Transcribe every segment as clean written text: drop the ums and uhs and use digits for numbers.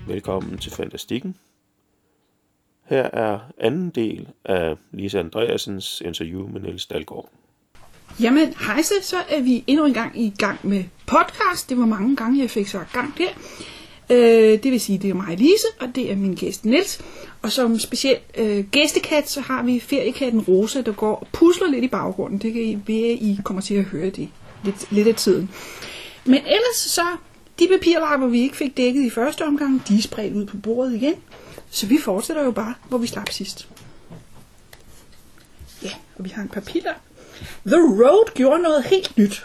velkommen til Fantastikken. Her er anden del af Lisa Andreasens interview med Niels Dalgaard. Jamen, hejse, så er vi endnu en gang i gang med podcast. Det var mange gange, jeg fik sagt gang der. Det vil sige, det er mig, Lise, og det er min gæst Niels. Og som speciel gæstekat, så har vi feriekatten Rosa, der går og pusler lidt i baggrunden. Det kan I kommer til at høre det lidt af tiden. Men ellers så, de papirlapper, vi ikke fik dækket i første omgang, de er spredt ud på bordet igen. Så vi fortsætter jo bare, hvor vi slap sidst. Ja, og vi har en papirlap. The Road gjorde noget helt nyt.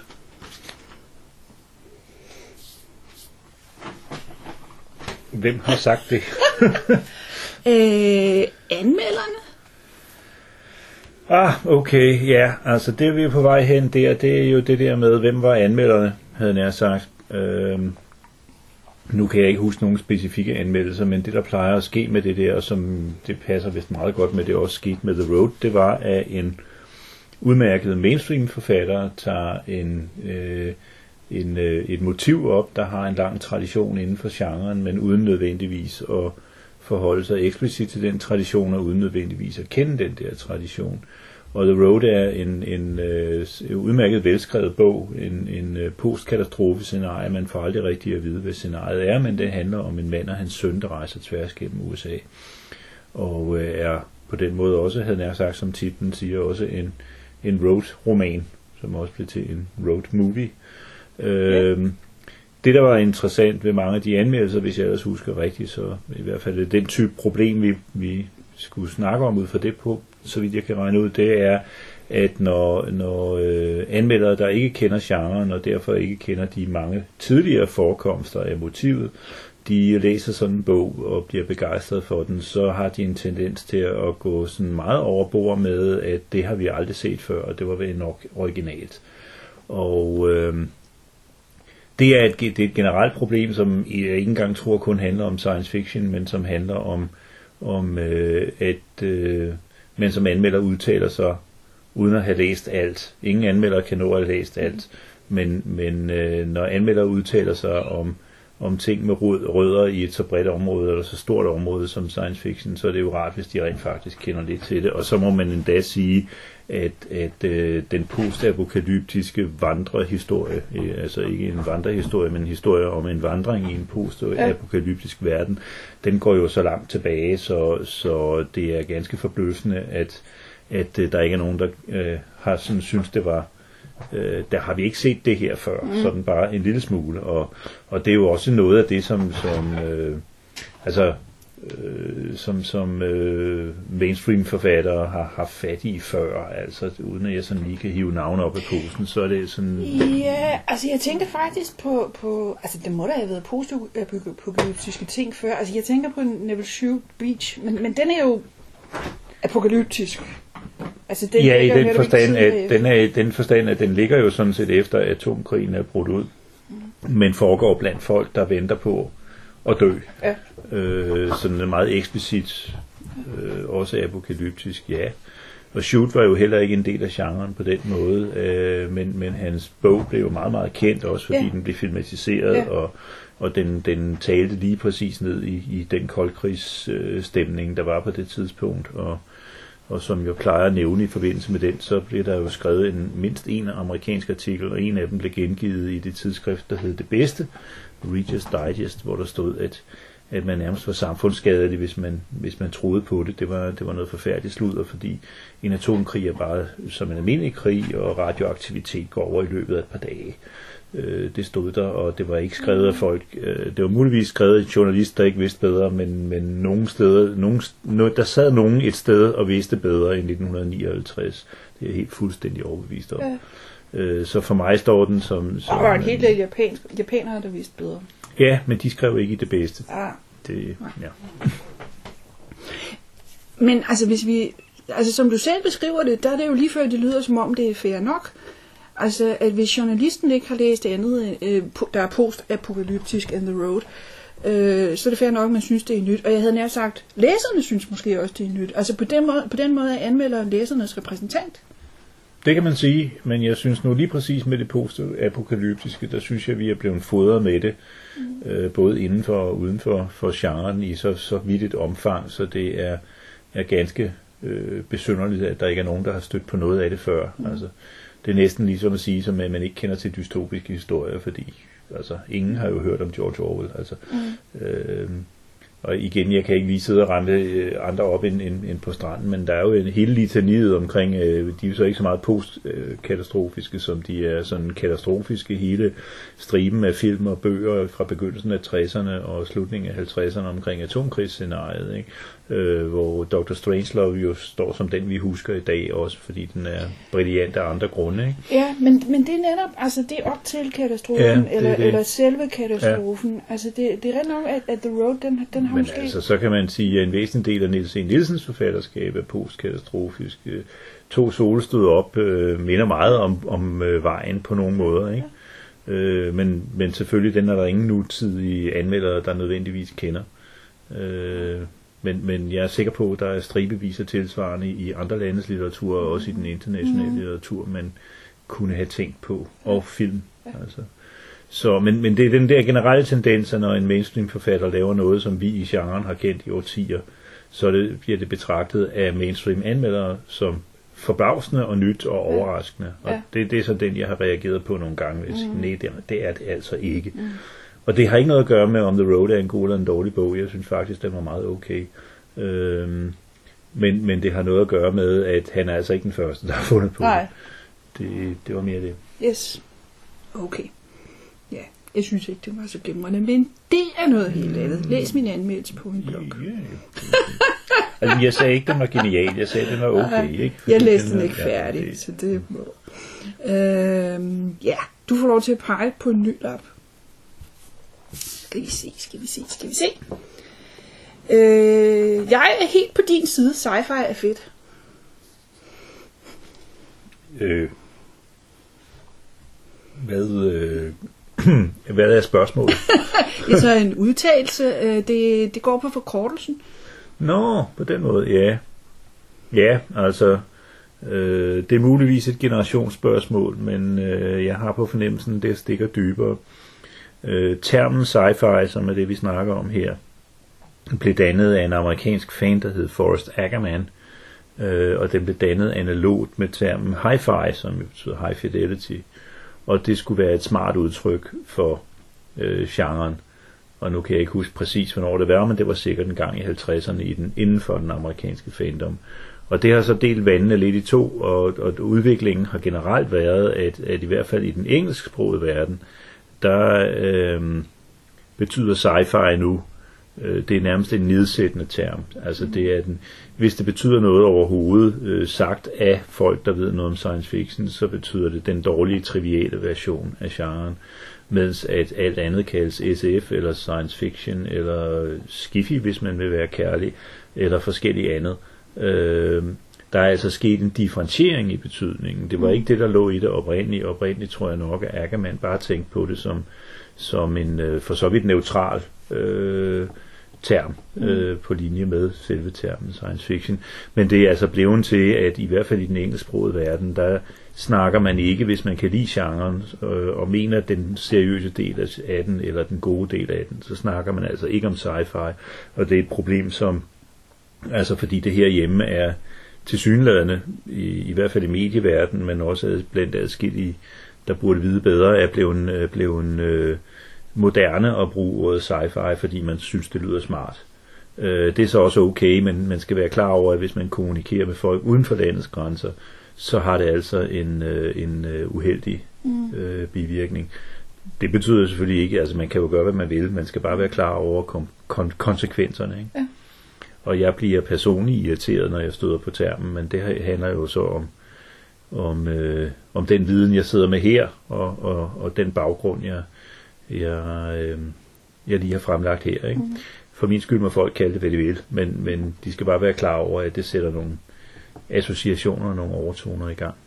Hvem har sagt det? Anmelderne. Okay, ja. Altså det vi er på vej hen der, det er jo det der med, hvem var anmelderne, havde jeg sagt. Nu kan jeg ikke huske nogle specifikke anmeldelser, men det der plejer at ske med det der, som det passer vist meget godt med, det også skete med The Road, det var, at en udmærket mainstream forfatter tager et motiv op, der har en lang tradition inden for genren, men uden nødvendigvis at forholde sig eksplicit til den tradition, og uden nødvendigvis at kende den der tradition. Og The Road er en udmærket velskrevet bog, en postkatastrofescenarie. Man får aldrig rigtig at vide, hvad scenariet er, men det handler om en mand og hans søn, der rejser tværs gennem USA. Og er på den måde også, havde jeg sagt, som titlen siger, også en road-roman, som også blev til en road-movie. Det, der var interessant ved mange af de anmeldelser, hvis jeg ellers husker rigtigt, så i hvert fald den type problem, vi skulle snakke om ud fra det på, så vidt jeg kan regne ud, det er, at når anmeldere, der ikke kender genren, og derfor ikke kender de mange tidligere forekomster af motivet, de læser sådan en bog og bliver begejstret for den, så har de en tendens til at gå sådan meget overbord med, at det har vi aldrig set før, og det var vel nok originalt. Og det er et generelt problem, som jeg ikke engang tror kun handler om science fiction, men som handler om at man som anmelder udtaler sig uden at have læst alt. Ingen anmelder kan nå at have læst alt, men når anmeldere udtaler sig om ting med rødder i et så bredt område, eller så stort område som science fiction, så er det jo rart, hvis de rent faktisk kender lidt til det. Og så må man endda sige, at den postapokalyptiske vandrehistorie, altså ikke en vandrehistorie, men en historie om en vandring i en postapokalyptisk verden, den går jo så langt tilbage, så det er ganske forbløffende, at der ikke er nogen, der har sådan synes, det var der har vi ikke set det her før, sådan bare en lille smule, og det er jo også noget af det, som mainstream forfattere har haft fat i før, altså uden at jeg sådan lige kan hive navne op af posen, så er det sådan... Ja, altså jeg tænker faktisk på altså det må da have været postapokalyptiske ting før, altså jeg tænker på Neville Shute Beach, men den er jo apokalyptisk. Altså, den ja, i den forstand, at den ligger jo sådan set efter, at atomkrigen er brudt ud, men foregår blandt folk, der venter på at dø. Ja. Sådan en meget eksplicit, også apokalyptisk, ja. Og Shute var jo heller ikke en del af genren på den måde, men hans bog blev jo meget, meget kendt, også fordi den blev filmatiseret, og den talte lige præcis ned i den koldkrigsstemning, der var på det tidspunkt, og som jeg plejer at nævne i forbindelse med den, så blev der jo skrevet mindst en amerikansk artikel, og en af dem blev gengivet i det tidsskrift, der hed Det Bedste, Reader's Digest, hvor der stod, at man nærmest var samfundsskadelig, hvis man troede på det. Det var noget forfærdeligt sludder, fordi en atomkrig er bare som en almindelig krig, og radioaktivitet går over i løbet af et par dage. Det stod der, og det var ikke skrevet af folk. Det var muligvis skrevet af en journalist, der ikke vidste bedre, men nogle steder, der sad nogen et sted og vidste bedre end 1959. Det er jeg helt fuldstændig overbevist om. Ja. Så for mig står den som der var en helt del japanere, der vidste bedre. Ja, men de skrev ikke i Det Bedste. Ja. Men altså, hvis vi... Altså, som du selv beskriver det, der er det jo lige før, det lyder som om, det er fair nok. Altså, at hvis journalisten ikke har læst andet, der er post-apokalyptisk and The Road, så er det fair nok, at man synes, det er nyt. Og jeg havde nær sagt, læserne synes måske også, det er nyt. Altså, på den måde er anmelder læsernes repræsentant. Det kan man sige, men jeg synes nu lige præcis med det post-apokalyptiske, der synes jeg, vi er blevet fodret med det, både indenfor og uden for genren i så vidt et omfang, så det er ganske besynderligt, at der ikke er nogen, der har stødt på noget af det før. Altså, det er næsten ligesom at sige, som at man ikke kender til dystopiske historier, fordi altså, ingen har jo hørt om George Orwell. Altså, og igen, jeg kan ikke lige sidde og rende andre op end på stranden, men der er jo en hele litaniet omkring, de er jo så ikke så meget postkatastrofiske, som de er sådan katastrofiske, hele striben af film og bøger fra begyndelsen af 60'erne og slutningen af 50'erne omkring atomkrigsscenariet, ikke? Hvor Dr. Strangelove jo står som den, vi husker i dag også, fordi den er brilliant af andre grunde, ikke? Ja, men det er netop, altså det er op til katastrofen, eller selve katastrofen. Ja. Altså det er ret nok, at The Road, den har men måske... altså, så kan man sige, at en væsentlig del af Niels E. Nielsens forfatterskab er postkatastrofisk. To sole stod op, minder meget om vejen på nogle måder, ikke? Ja. Men selvfølgelig, den er der ingen nutidige anmeldere, der nødvendigvis kender. Men jeg er sikker på, at der er stribevis af tilsvarende i andre landes litteratur, og også i den internationale litteratur, man kunne have tænkt på, og film. Altså. Så, men det er den der generelle tendens, at når en mainstream forfatter laver noget, som vi i genren har kendt i årtier, så bliver det betragtet af mainstream anmeldere som forbavsende og nyt og overraskende. Og det er så den, jeg har reageret på nogle gange. Nej, det er det altså ikke. Og det har ikke noget at gøre med, om The Road er en god eller en dårlig bog. Jeg synes faktisk, den var meget okay. Men det har noget at gøre med, at han er altså ikke den første, der har fundet på det. Det var mere det. Yes. Okay. Ja, jeg synes ikke, det var så glimrende, men det er noget helt andet. Læs min anmeldelse på min blog. Altså, jeg sagde ikke, den var genial. Jeg sagde, den var okay. Ikke? Jeg læste den ikke færdig, så det må... du får lov til at pege på en ny lap. Skal vi se. Jeg er helt på din side. Sci-fi er fedt. Hvad er spørgsmålet? Det er så en udtalelse. Det går på forkortelsen. Nå, på den måde, ja. Ja, altså, det er muligvis et generationsspørgsmål, men jeg har på fornemmelsen, det stikker dybere. Termen sci-fi, som er det, vi snakker om her, blev dannet af en amerikansk fan, der hed Forrest Ackerman, og den blev dannet analogt med termen hi-fi, som betyder high fidelity, og det skulle være et smart udtryk for genren. Og nu kan jeg ikke huske præcis, hvornår det var, men det var sikkert en gang i 50'erne inden for den amerikanske fandom. Og det har så delt vandene lidt i to, og udviklingen har generelt været, at i hvert fald i den engelsksprogede verden, der betyder sci-fi nu, det er nærmest en nedsættende term. Altså det er hvis det betyder noget overhovedet, sagt af folk, der ved noget om science fiction, så betyder det den dårlige, triviale version af genren, mens at alt andet kaldes SF, eller science fiction, eller skiffy, hvis man vil være kærlig, eller forskelligt andet. Der er altså sket en differentiering i betydningen. Det var ikke det, der lå i det oprindeligt. Oprindeligt tror jeg nok, at Ackerman bare tænkte på det som en for så vidt neutral term på linje med selve termen science fiction. Men det er altså blevet til, at i hvert fald i den engelsksprogede verden, der snakker man ikke, hvis man kan lide genren og mener den seriøse del af den, eller den gode del af den, så snakker man altså ikke om sci-fi. Og det er et problem, som altså fordi det her hjemme er tilsyneladende, i hvert fald i medieverdenen, men også blandt adskillige, der burde vide bedre, er blevet moderne at bruge ordet sci-fi, fordi man synes, det lyder smart. Det er så også okay, men man skal være klar over, at hvis man kommunikerer med folk uden for landets grænser, så har det altså en uheldig bivirkning. Det betyder selvfølgelig ikke, altså man kan jo gøre, hvad man vil, man skal bare være klar over konsekvenserne, ikke? Ja. Og jeg bliver personligt irriteret, når jeg støder på termen, men det handler jo så om den viden, jeg sidder med her, og den baggrund, jeg lige har fremlagt her, ikke? For min skyld må folk kalde det, hvad de vil, men de skal bare være klar over, at det sætter nogle associationer og nogle overtoner i gang.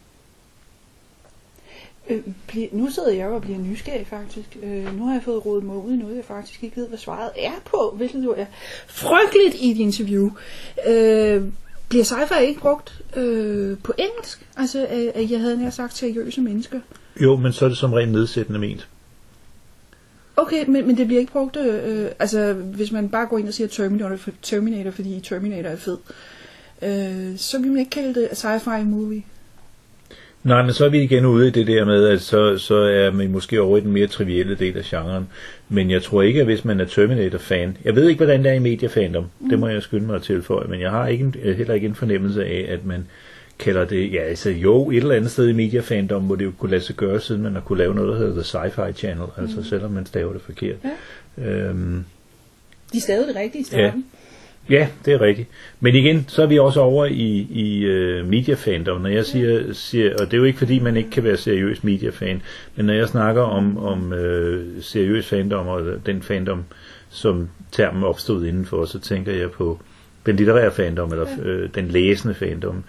Nu sidder jeg og bliver nysgerrig faktisk. Nu har jeg fået rodet mig ud i noget, jeg faktisk ikke ved, hvad svaret er på, hvilket jo er frygteligt i et interview. Bliver sci-fi ikke brugt på engelsk? Altså, at jeg havde nær sagt seriøse mennesker. Jo, men så er det som rent nedsættende ment. Okay, men det bliver ikke brugt, altså hvis man bare går ind og siger Terminator, fordi Terminator er fed, så vil man ikke kalde det sci-fi movie. Nej, men så er vi igen ude i det der med, at så er man måske over i den mere trivielle del af genren. Men jeg tror ikke, at hvis man er Terminator-fan, jeg ved ikke, hvordan det er i mediefandom, det må jeg skynde mig at tilføje, men jeg har heller ikke en fornemmelse af, at man kalder det, ja altså jo, et eller andet sted i mediefandom, hvor det jo kunne lade sig gøre, siden man har kunne lave noget, der hedder The Sci-Fi Channel, altså selvom man staver det forkert. Ja. De stavede det rigtigt i starten. Ja, det er rigtigt. Men igen, så er vi også over i mediefandom. Når jeg siger, og det er jo ikke fordi, man ikke kan være seriøs mediefan, men når jeg snakker om seriøs fandom, og den fandom, som termen opstod indenfor, så tænker jeg på den litterære fandom, eller den læsende fandom.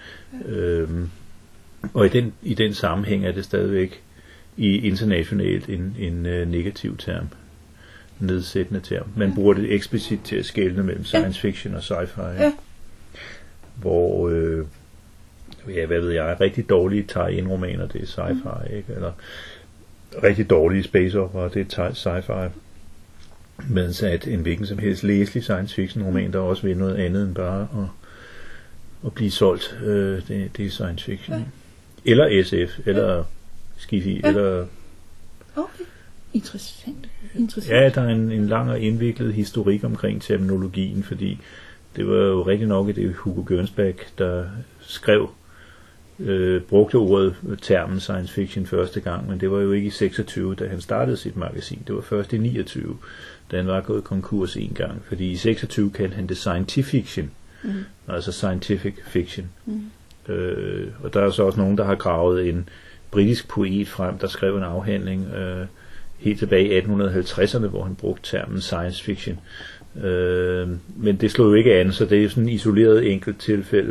Og i den sammenhæng er det stadigvæk internationalt en negativ term. Nedsættende term. Man bruger det eksplicit til at skelne mellem science fiction og sci-fi. Ja. Hvor, hvad ved jeg, rigtig dårlige tie-in-romaner, det er sci-fi, ikke? Eller rigtig dårlige space opera, det er sci-fi. Mens at en hvilken som helst læselig science fiction-roman, der også vil noget andet end bare at blive solgt, det er science fiction. Ja. Eller SF, eller Skifi, eller... Okay. Interessant. Ja, der er en lang og indviklet historik omkring terminologien, fordi det var jo rigtig nok det Hugo Gernsback, der skrev, brugte ordet termen science fiction første gang, men det var jo ikke i 26, da han startede sit magasin. Det var først i 29, da han var gået konkurs en gang, fordi i 26 kaldte han det scientific fiction, altså scientific fiction. Og der er så også nogen, der har gravet en britisk poet frem, der skrev en afhandling helt tilbage i 1850'erne, hvor han brugte termen science fiction. Men det slog jo ikke an, så det er sådan et isoleret enkelt tilfælde.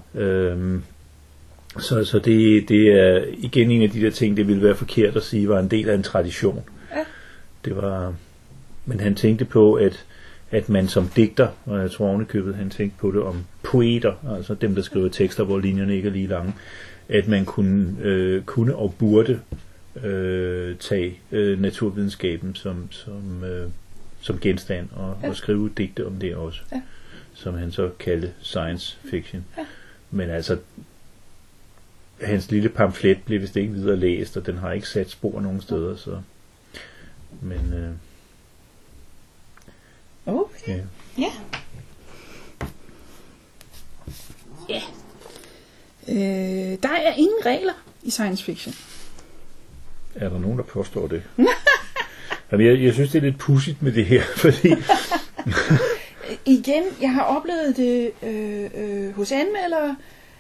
Så det er igen en af de der ting, det ville være forkert at sige, var en del af en tradition. Ja. Det var, men han tænkte på, at man som digter, og jeg tror ovenikøbet, han tænkte på det om poeter, altså dem, der skriver tekster, hvor linjerne ikke er lige lange, at man kunne og burde tage naturvidenskaben som genstand og skrive digte om det også, som han så kaldte science fiction. Ja. Men altså, hans lille pamflet blev vist ikke videre læst, og den har ikke sat spor nogen steder, så... Men... Okay. Ja. Ja. Der er ingen regler i science fiction. Er der nogen, der påstår det? Jamen, jeg synes, det er lidt pudsigt med det her, fordi... Igen, jeg har oplevet det hos anmeldere,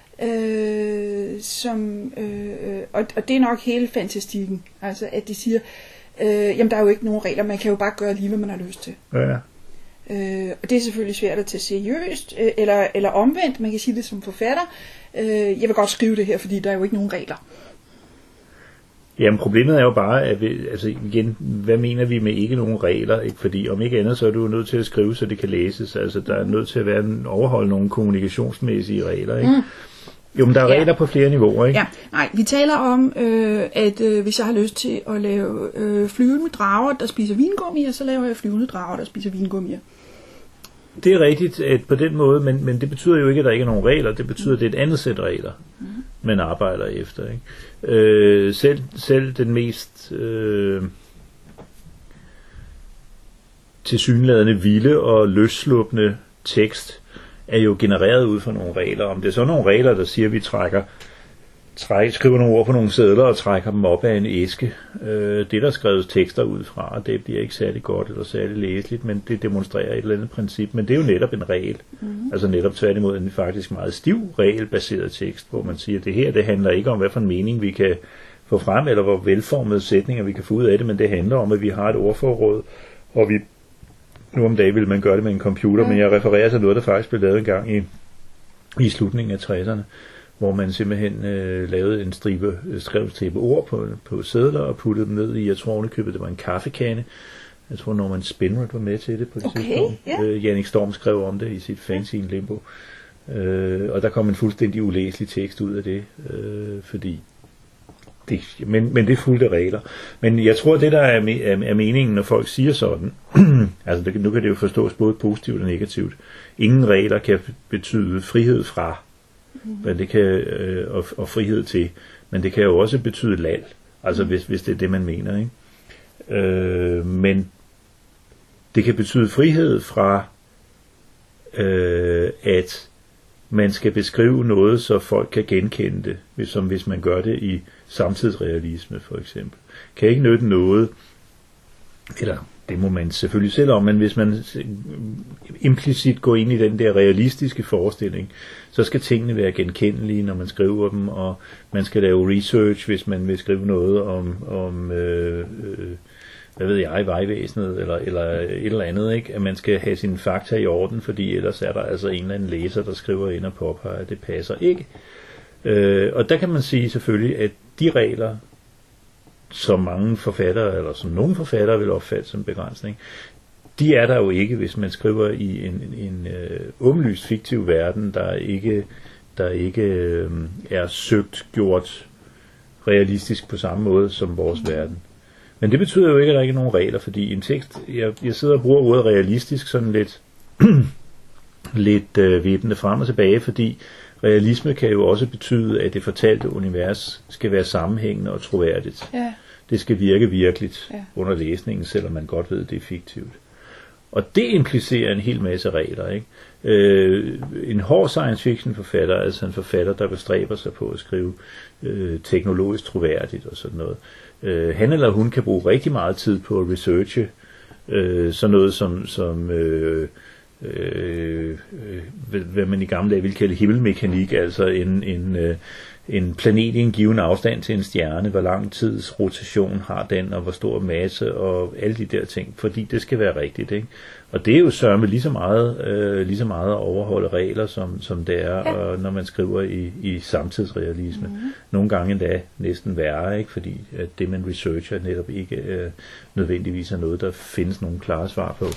og det er nok hele fantastikken. Altså, at de siger, jamen, der er jo ikke nogen regler, man kan jo bare gøre lige, hvad man har lyst til. Ja. Og det er selvfølgelig svært at tage seriøst, eller omvendt, man kan sige det som forfatter. Jeg vil godt skrive det her, fordi der er jo ikke nogen regler. Jamen problemet er jo bare, at altså igen, hvad mener vi med ikke nogen regler? Ikke? Fordi om ikke andet, så er du nødt til at skrive, så det kan læses. Altså der er nødt til at overholde nogle kommunikationsmæssige regler. Ikke? Jo, men der er regler på flere niveauer. Ikke? Ja, nej, vi taler om, at hvis jeg har lyst til at lave flyvende drager, der spiser vingummier, så laver jeg flyvende drager, der spiser vingummier. Det er rigtigt at på den måde, men det betyder jo ikke, at der ikke er nogen regler. Det betyder, at det er et andet sæt regler, man arbejder efter. Ikke? Selv den mest tilsyneladende vilde og løsslupne tekst er jo genereret ud fra nogle regler. Om det er så nogle regler, der siger, at vi skriver nogle ord på nogle sedler og trækker dem op af en æske. Det der skrevet tekster ud fra, det bliver ikke særlig godt eller særlig læseligt, men det demonstrerer et eller andet princip. Men det er jo netop en regel. Altså netop tværtimod en faktisk meget stiv regelbaseret tekst, hvor man siger, at det her, det handler ikke om, hvad for en mening vi kan få frem, eller hvor velformede sætninger vi kan få ud af det, men det handler om, at vi har et ordforråd, og vi nu om dagen vil man gøre det med en computer, men jeg refererer til noget, der faktisk blev lavet en gang i slutningen af 60'erne, hvor man simpelthen lavede en skrev en stribe ord på sedler og puttede dem ned i, jeg tror ovenikøbet, det var en kaffekande. Jeg tror, Norman Spinrad var med til det på det tidspunkt. Yeah. Jannik Storm skrev om det i sit fanzine Limbo. Og der kom en fuldstændig ulæselig tekst ud af det, fordi men det fulgte regler. Men jeg tror, det der er meningen, når folk siger sådan, altså nu kan det jo forstås både positivt og negativt. Ingen regler kan betyde frihed fra, men det kan, og frihed til, men det kan jo også betyde lal, altså hvis det er det, man mener, ikke? Men det kan betyde frihed fra, at man skal beskrive noget, så folk kan genkende det, som hvis man gør det i samtidsrealisme for eksempel. Kan ikke nytte noget, eller det må man selvfølgelig selv om, men hvis man implicit går ind i den der realistiske forestilling, så skal tingene være genkendelige, når man skriver dem, og man skal lave research, hvis man vil skrive noget om hvad ved jeg, vejvæsenet, eller et eller andet, ikke? At man skal have sine fakta i orden, fordi ellers er der altså en eller anden læser, der skriver ind og påpeger, at det passer ikke. Og der kan man sige selvfølgelig, at de regler, som mange forfattere, eller som nogle forfattere vil opfatte som begrænsning, de er der jo ikke, hvis man skriver i en åbenlyst fiktiv verden, der ikke er søgt gjort realistisk på samme måde som vores verden. Men det betyder jo ikke, at der ikke er nogen regler, fordi en tekst, jeg sidder og bruger ordet realistisk sådan lidt vippende frem og tilbage, fordi realisme kan jo også betyde, at det fortalte univers skal være sammenhængende og troværdigt. Ja. Det skal virke virkeligt under læsningen, selvom man godt ved, at det er fiktivt. Og det implicerer en hel masse regler, ikke? En hård science fiction forfatter, altså en forfatter, der bestræber sig på at skrive teknologisk troværdigt og sådan noget, han eller hun kan bruge rigtig meget tid på at researche sådan noget som hvad man i gamle dage ville kalde himmelmekanik, altså en planet i en given afstand til en stjerne, hvor lang tids rotation har den, og hvor stor masse, og alle de der ting, fordi det skal være rigtigt, ikke? Og det er jo sørme lige så meget at overholde regler, som det er, og når man skriver i samtidsrealisme. Nogle gange endda næsten værre, ikke? Fordi at det, man researcher, netop ikke nødvendigvis er noget, der findes nogle klare svar på.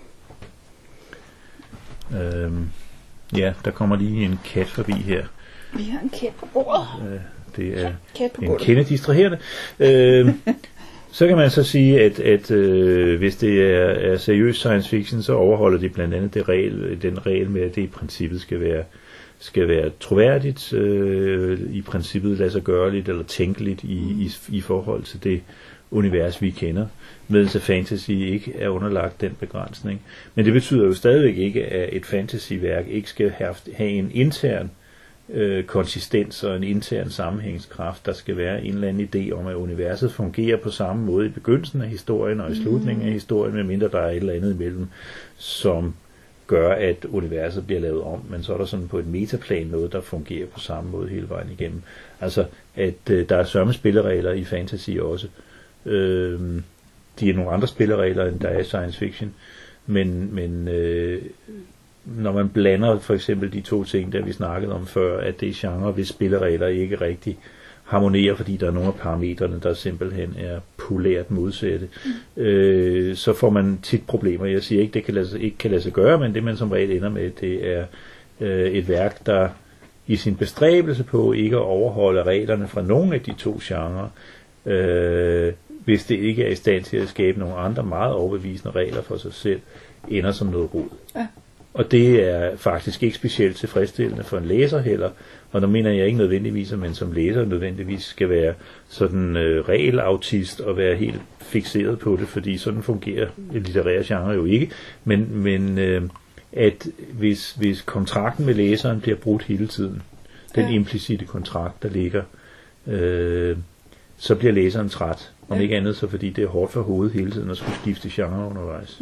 Ja, der kommer lige en kat forbi her. Vi har en kat på bordet. Det er en kende distraherende. Så kan man så sige, at hvis det er seriøs science fiction, så overholder de blandt andet den regel med, at det i princippet skal være troværdigt, i princippet lade sig gørligt eller tænkeligt i forhold til det univers, vi kender, mens fantasy ikke er underlagt den begrænsning. Men det betyder jo stadigvæk ikke, at et fantasyværk ikke skal have en intern konsistens og en intern sammenhængskraft. Der skal være en eller anden idé om, at universet fungerer på samme måde i begyndelsen af historien og i slutningen af historien, medmindre der er et eller andet imellem, som gør, at universet bliver lavet om, men så er der sådan på et metaplan noget, der fungerer på samme måde hele vejen igennem. Altså, at der er sørme spilleregler i fantasy også. De er nogle andre spilleregler, end der er i science fiction, men når man blander for eksempel de to ting, der vi snakkede om før, at det er genre, hvis spilleregler ikke rigtig harmonerer, fordi der er nogle af parametrene, der simpelthen er polært modsatte, så får man tit problemer. Jeg siger ikke, det ikke kan lade sig gøre, men det man som regel ender med, det er et værk, der i sin bestræbelse på ikke at overholde reglerne fra nogle af de to genrer, hvis det ikke er i stand til at skabe nogle andre meget overbevisende regler for sig selv, ender som noget rod. Ja. Og det er faktisk ikke specielt tilfredsstillende for en læser heller, og der mener jeg ikke nødvendigvis, at man som læser nødvendigvis skal være sådan regelautist og være helt fikseret på det, fordi sådan fungerer et litterære genre jo ikke, men at hvis kontrakten med læseren bliver brudt hele tiden, den implicite kontrakt, der ligger, så bliver læseren træt, om ikke andet så fordi det er hårdt for hovedet hele tiden at skulle skifte genre undervejs.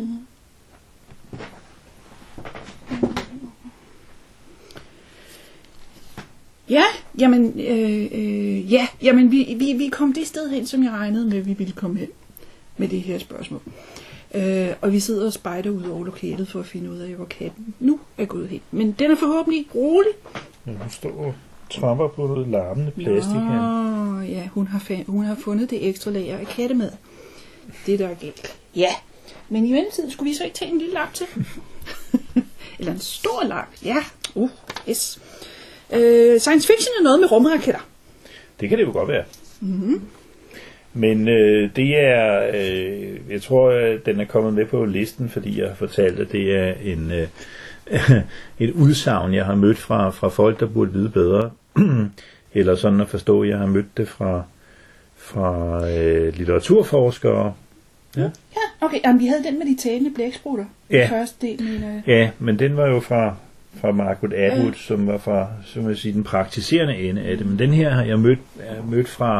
Jamen, vi kom det sted hen, som jeg regnede med, vi ville komme hen med det her spørgsmål. Og vi sidder og spejder ud over lokalet for at finde ud af, hvor katten nu er gået hen. Men den er forhåbentlig rolig. Ja, hun står og tramper på noget larmende plastik her. Ja, hun har fundet det ekstra lager af kattemad. Det der er galt. Ja, men i mellemtiden skulle vi så ikke tage en lille lap til. Eller en stor lap. Ja. Yes. Science fiction er noget med rumraketter. Det kan det jo godt være. Mm-hmm. Men det er, jeg tror, den er kommet med på listen, fordi jeg har fortalt, at det er et udsagn, jeg har mødt fra folk, der burde vide bedre. Eller sådan at forstå, at jeg har mødt det fra litteraturforskere. Ja, okay. Jamen, vi havde den med de talende blæksprutter. Ja. Første del, mener. Ja, men den var jo fra Margaret Atwood, som var fra, som jeg sige, den praktiserende ende af det. Men den her har jeg mødt fra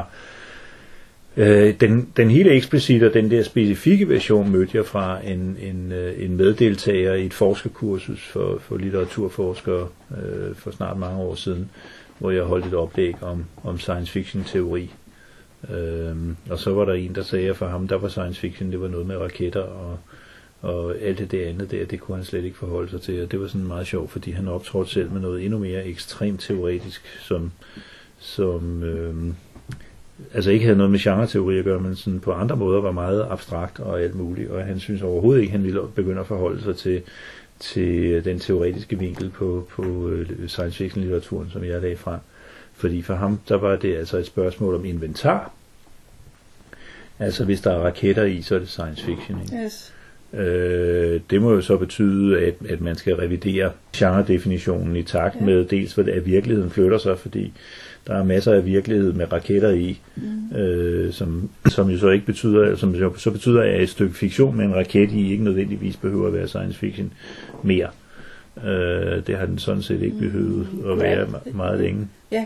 den hele eksplicite og den der specifikke version mødte jeg fra en meddeltager i et forskerkursus for litteraturforskere for snart mange år siden, hvor jeg holdt et oplæg om science fiction teori. Og så var der en, der sagde, at for ham der var science fiction, det var noget med raketter og alt det andet der, det kunne han slet ikke forholde sig til, og det var sådan meget sjovt, fordi han optrådte selv med noget endnu mere ekstremt teoretisk, som altså ikke havde noget med genre-teori at gøre, men sådan på andre måder var meget abstrakt og alt muligt, og han synes overhovedet ikke, han ville begynde at forholde sig til den teoretiske vinkel på science fiction litteraturen, som jeg lagde frem. Fordi for ham, der var det altså et spørgsmål om inventar. Altså hvis der er raketter i, så er det science fiction, ikke? Yes. Det må jo så betyde, at man skal revidere genre-definitionen i takt med dels, at virkeligheden flytter sig, fordi der er masser af virkelighed med raketter i, som jo så ikke betyder, som jo så betyder, at et stykke fiktion med en raket i ikke nødvendigvis behøver at være science fiction mere. Det har den sådan set ikke behøvet at være meget længe. Ja,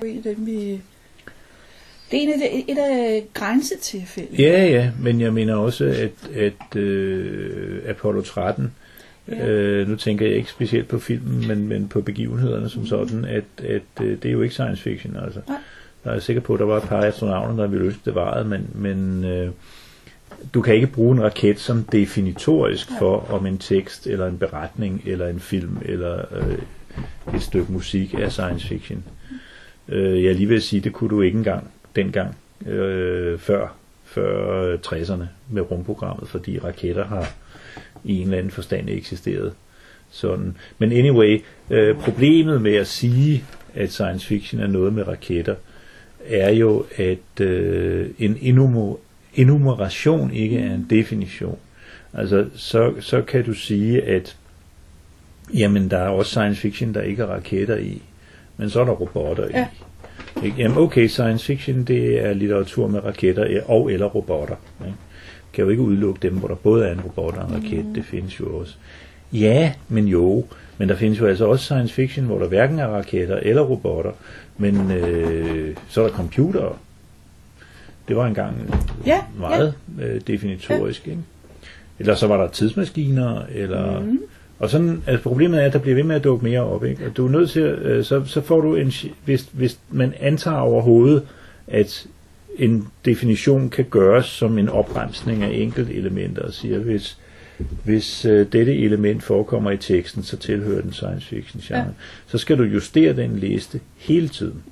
det er et af grænsetilfældene. Ja, men jeg mener også, at Apollo 13, nu tænker jeg ikke specielt på filmen, men på begivenhederne som sådan, at det er jo ikke science fiction. Altså. Jeg er sikker på, at der var et par astronauter, der ville ønske det varet, men du kan ikke bruge en raket som definitorisk for, om en tekst, eller en beretning, eller en film, eller et stykke musik er science fiction. Jeg lige vil sige, det kunne du ikke engang dengang, før 60'erne med rumprogrammet, fordi raketter har i en eller anden forstand eksisteret. Sådan. Men anyway, problemet med at sige, at science fiction er noget med raketter, er jo, at en enumeration ikke er en definition. Altså, så kan du sige, at jamen, der er også science fiction, der ikke er raketter i, men så er der robotter i. Jamen, okay, science fiction, det er litteratur med raketter og eller robotter. Ikke? Kan jo ikke udelukke dem, hvor der både er en robot og en raket, det findes jo også. Ja, men der findes jo altså også science fiction, hvor der hverken er raketter eller robotter, men så er der computere. Det var engang meget definitorisk, ikke? Eller så var der tidsmaskiner, eller... Og sådan, altså problemet er, at der bliver ved med at dukke mere op, ikke? Og du er nødt til, så får du hvis man antager overhovedet, at en definition kan gøres som en opremsning af enkelte elementer, og siger, hvis dette element forekommer i teksten, så tilhører den science fiction genre. Så skal du justere den liste hele tiden.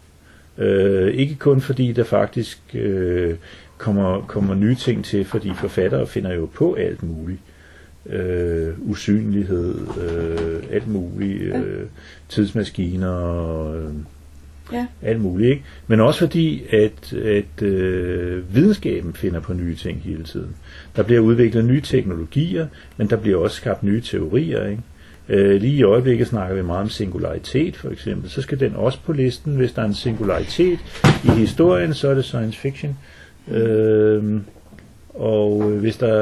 Ikke kun fordi der faktisk kommer nye ting til, fordi forfattere finder jo på alt muligt. Usynlighed, alt muligt, tidsmaskiner, alt muligt, ikke? Men også fordi, at videnskaben finder på nye ting hele tiden. Der bliver udviklet nye teknologier, men der bliver også skabt nye teorier, ikke? Lige i øjeblikket snakker vi meget om singularitet, for eksempel. Så skal den også på listen. Hvis der er en singularitet i historien, så er det science fiction. Og hvis der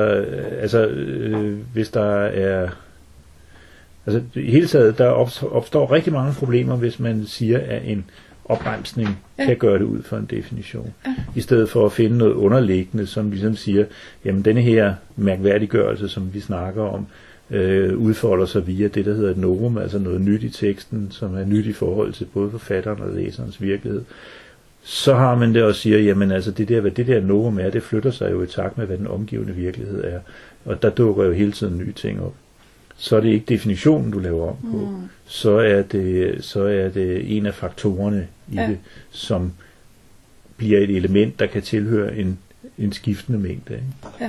er i hele taget, der opstår rigtig mange problemer, hvis man siger, at en opremsning kan gøre det ud for en definition. I stedet for at finde noget underliggende, som ligesom siger, jamen denne her mærkværdiggørelse, som vi snakker om, udfolder sig via det, der hedder et novum, altså noget nyt i teksten, som er nyt i forhold til både forfatteren og læserens virkelighed. Så har man det og siger, jamen altså hvad det der novum er, det flytter sig jo i takt med, hvad den omgivende virkelighed er. Og der dukker jo hele tiden nye ting op. Så er det ikke definitionen, du laver om på. Så er det en af faktorerne i det, som bliver et element, der kan tilhøre en skiftende mængde. Ikke? Ja.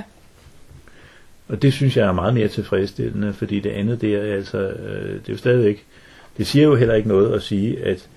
Og det synes jeg er meget mere tilfredsstillende, fordi det andet der, altså, det er jo stadigvæk det siger jo heller ikke noget at sige, at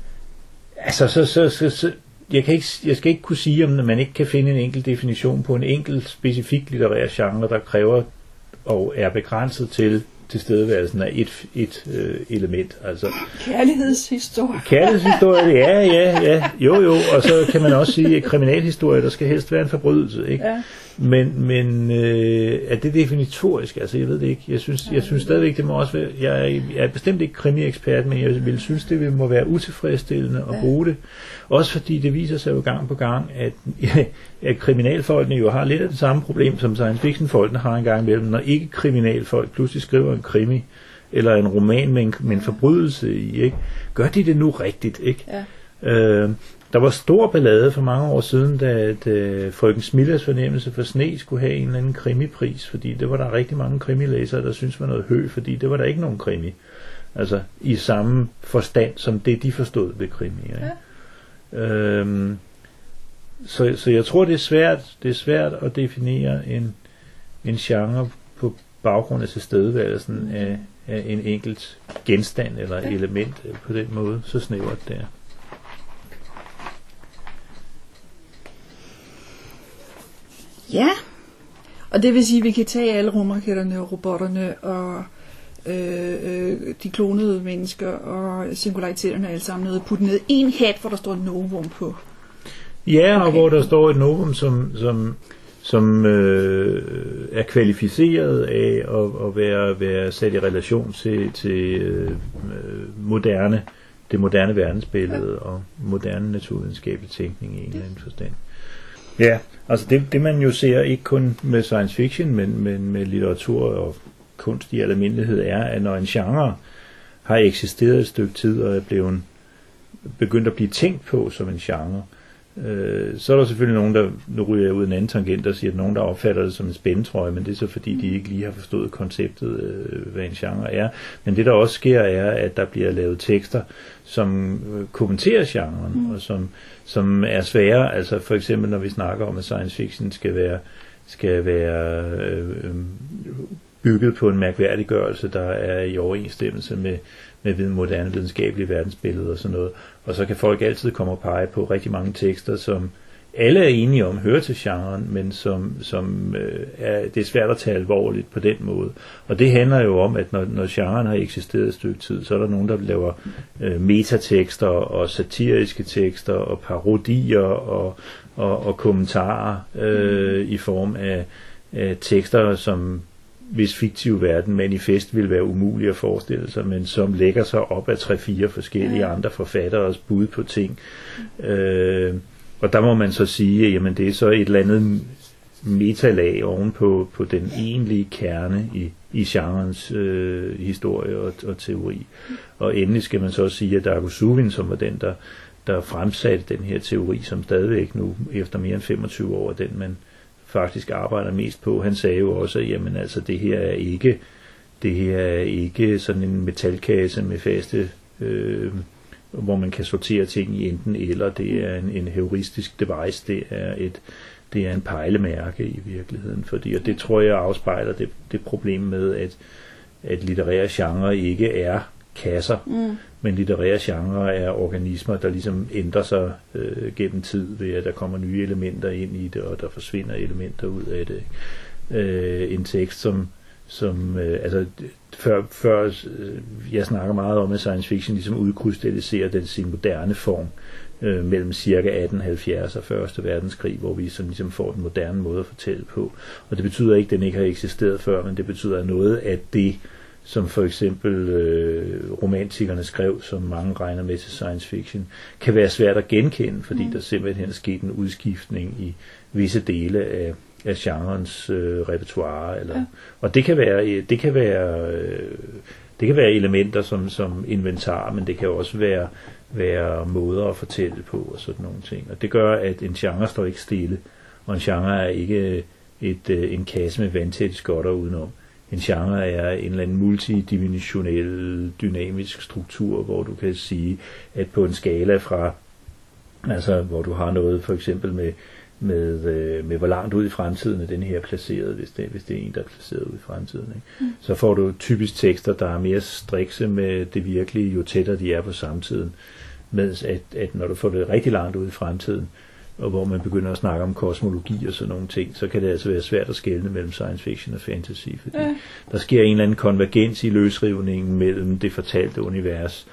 altså, jeg skal ikke kunne sige, om man ikke kan finde en enkelt definition på en enkelt specifik litterær genre, der kræver og er begrænset til tilstedeværelsen af et element. Altså, Kærlighedshistorie, ja. Jo. Og så kan man også sige, at kriminalhistorie, der skal helst være en forbrydelse, ikke? Ja. Men er det definitorisk? Altså, jeg ved det ikke. Jeg synes stadigvæk, det må også være... Jeg er bestemt ikke krimi-ekspert, men jeg vil synes, det må være utilfredsstillende at bruge det. Også fordi det viser sig jo gang på gang, at kriminalfolkene jo har lidt af det samme problem, som science fiction-folkene har en gang imellem. Når ikke kriminalfolk pludselig skriver en krimi, eller en roman med en forbrydelse i, ikke? Gør de det nu rigtigt, ikke? Ja. Der var stor ballade for mange år siden, da Frøken Smillas fornemmelse for sne skulle have en eller anden krimipris, fordi det var der rigtig mange krimilæsere, der syntes var noget hø, fordi det var der ikke nogen krimi. Altså i samme forstand som det, de forstod ved krimi. Ikke? Ja. Så jeg tror, det er svært at definere en genre på baggrund af tilstedeværelsen af en enkelt genstand eller element på den måde, så snævert det er. Ja, og det vil sige, at vi kan tage alle rumraketterne og robotterne og de klonede mennesker og singulariteterne alle sammen ned og putte ned en hat, hvor der står et novum på. Ja, og hvor der står et novum, som er kvalificeret af at være sat i relation til det moderne verdensbillede og moderne naturvidenskabelig tænkning i en eller anden forstand. Ja, altså det man jo ser ikke kun med science fiction, men med litteratur og kunst i al almindelighed, er, at når en genre har eksisteret et stykke tid og er blevet begyndt at blive tænkt på som en genre, så er der selvfølgelig nogen, der, nu ryger jeg ud en anden tangent, der siger, at nogen, der opfatter det som en spændetrøje, men det er så fordi, de ikke lige har forstået konceptet, hvad en genre er. Men det, der også sker, er, at der bliver lavet tekster, som kommenterer genren, og som er svære. Altså for eksempel, når vi snakker om, at science fiction skal være bygget på en mærkværdiggørelse, der er i overensstemmelse med moderne videnskabelige verdensbillede og sådan noget. Og så kan folk altid komme og pege på rigtig mange tekster, som alle er enige om hører til genren, men det er svært at tage alvorligt på den måde. Og det handler jo om, at når genren har eksisteret et stykke tid, så er der nogen, der laver metatekster og satiriske tekster og parodier og kommentarer i form af tekster, som hvis fiktiv verden manifest vil være umulig at forestille sig, men som lægger sig op af 3-4 forskellige andre forfatteres bud på ting. Og der må man så sige, jamen det er så et eller andet metalag ovenpå den egentlige kerne i genrens historie og teori. Og endelig skal man så sige, at Darko Suvin, som var den, der fremsatte den her teori, som stadigvæk nu efter mere end 25 år, den man faktisk arbejder mest på. Han sagde jo også, at jamen, altså, det her er ikke sådan en metalkasse med faste, hvor man kan sortere ting i enten eller. Det er en heuristisk device. Det er en pejlemærke i virkeligheden. Og det tror jeg afspejler det problem med, at litterære genre ikke er kasser, men litterære genre er organismer, der ligesom ændrer sig gennem tid ved, at der kommer nye elementer ind i det, og der forsvinder elementer ud af det. En tekst, som altså før jeg snakker meget om, at science fiction ligesom udkrystalliserer sin moderne form mellem cirka 1870 og Første Verdenskrig, hvor vi sådan ligesom får den moderne måde at fortælle på. Og det betyder ikke, at den ikke har eksisteret før, men det betyder, at noget af det, som for eksempel romantikerne skrev, som mange regner med til science fiction, kan være svært at genkende, fordi der simpelthen er sket en udskiftning i visse dele af genrens repertoire. Og det kan være elementer som inventar, men det kan også være måder at fortælle på og sådan nogle ting. Og det gør, at en genre står ikke stille, og en genre er ikke en kasse med vandtætte skotter udenom. En genre er en eller anden multidimensionel dynamisk struktur, hvor du kan sige, at på en skala fra, altså hvor du har noget for eksempel med hvor langt ud i fremtiden er den her placeret, hvis det er en, der er placeret ud i fremtiden. Ikke? Så får du typisk tekster, der er mere strikse med det virkelige, jo tættere de er på samtiden. Mens at når du får det rigtig langt ud i fremtiden, og hvor man begynder at snakke om kosmologi og sådan nogle ting, så kan det altså være svært at skelne mellem science fiction og fantasy, fordi der sker en eller anden konvergens i løsrivningen mellem det fortalte univers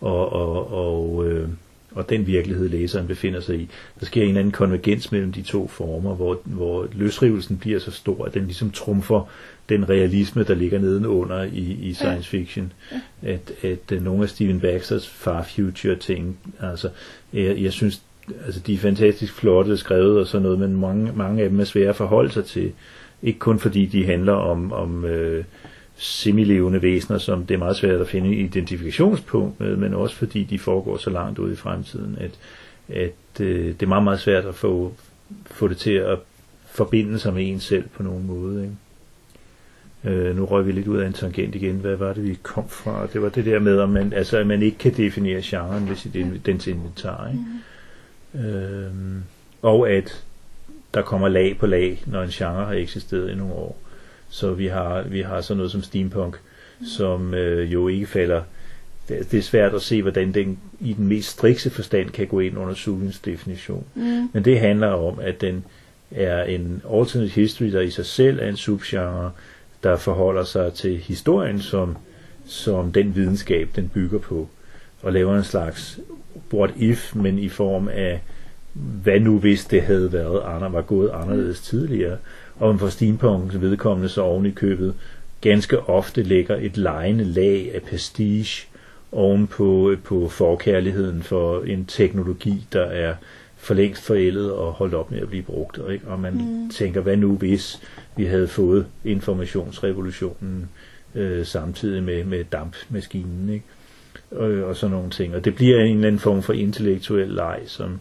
og den virkelighed, læseren befinder sig i. Der sker en eller anden konvergens mellem de to former, hvor løsrivelsen bliver så stor, at den ligesom trumfer den realisme, der ligger nedenunder i science fiction. At nogle af Stephen Baxters far future ting, altså jeg synes, altså de er fantastisk flotte skrevet og sådan noget, men mange af dem er svære at forholde sig til. Ikke kun fordi de handler om semilevende væsener, som det er meget svært at finde et identifikationspunkt med, men også fordi de foregår så langt ud i fremtiden, at det er meget, meget svært at få det til at forbinde sig med en selv på nogen måde. Ikke? Nu røg vi lidt ud af en tangent igen. Hvad var det, vi kom fra? Det var det der med, at man ikke kan definere genren ved dens inventar. Ikke? Og at der kommer lag på lag, når en genre har eksisteret i nogle år. Så vi har sådan noget som steampunk, som jo ikke falder. Det er svært at se, hvordan den i den mest strikse forstand kan gå ind under Zulins definition. Men det handler om, at den er en alternate history, der i sig selv er en subgenre, der forholder sig til historien som den videnskab, den bygger på, og laver en slags what if, men i form af, hvad nu hvis det havde var gået anderledes tidligere. Og for steampunkens vedkommende så oven i købet ganske ofte lægger et legende lag af prestige oven på forkærligheden for en teknologi, der er for længst forældet og holdt op med at blive brugt. Ikke? Og man tænker, hvad nu hvis vi havde fået informationsrevolutionen samtidig med dampmaskinen, ikke? Og sådan nogle ting. Og det bliver en eller anden form for intellektuel leg,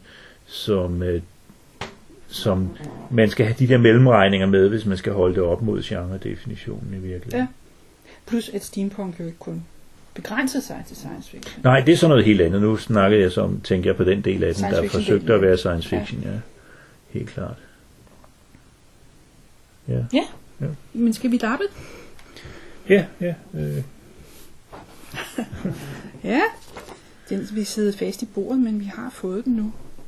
som man skal have de der mellemregninger med, hvis man skal holde det op mod genre-definitionen i virkeligheden. Ja. Plus at steampunk jo ikke kun begrænser sig til science fiction. Nej, det er sådan noget helt andet. Nu snakker jeg tænker jeg på den del af den, der forsøgte at være science fiction, ja. Helt klart. Ja. Men skal vi lappe? Ja. Ja. Den vil sidde fast i bordet, men vi har fået den nu.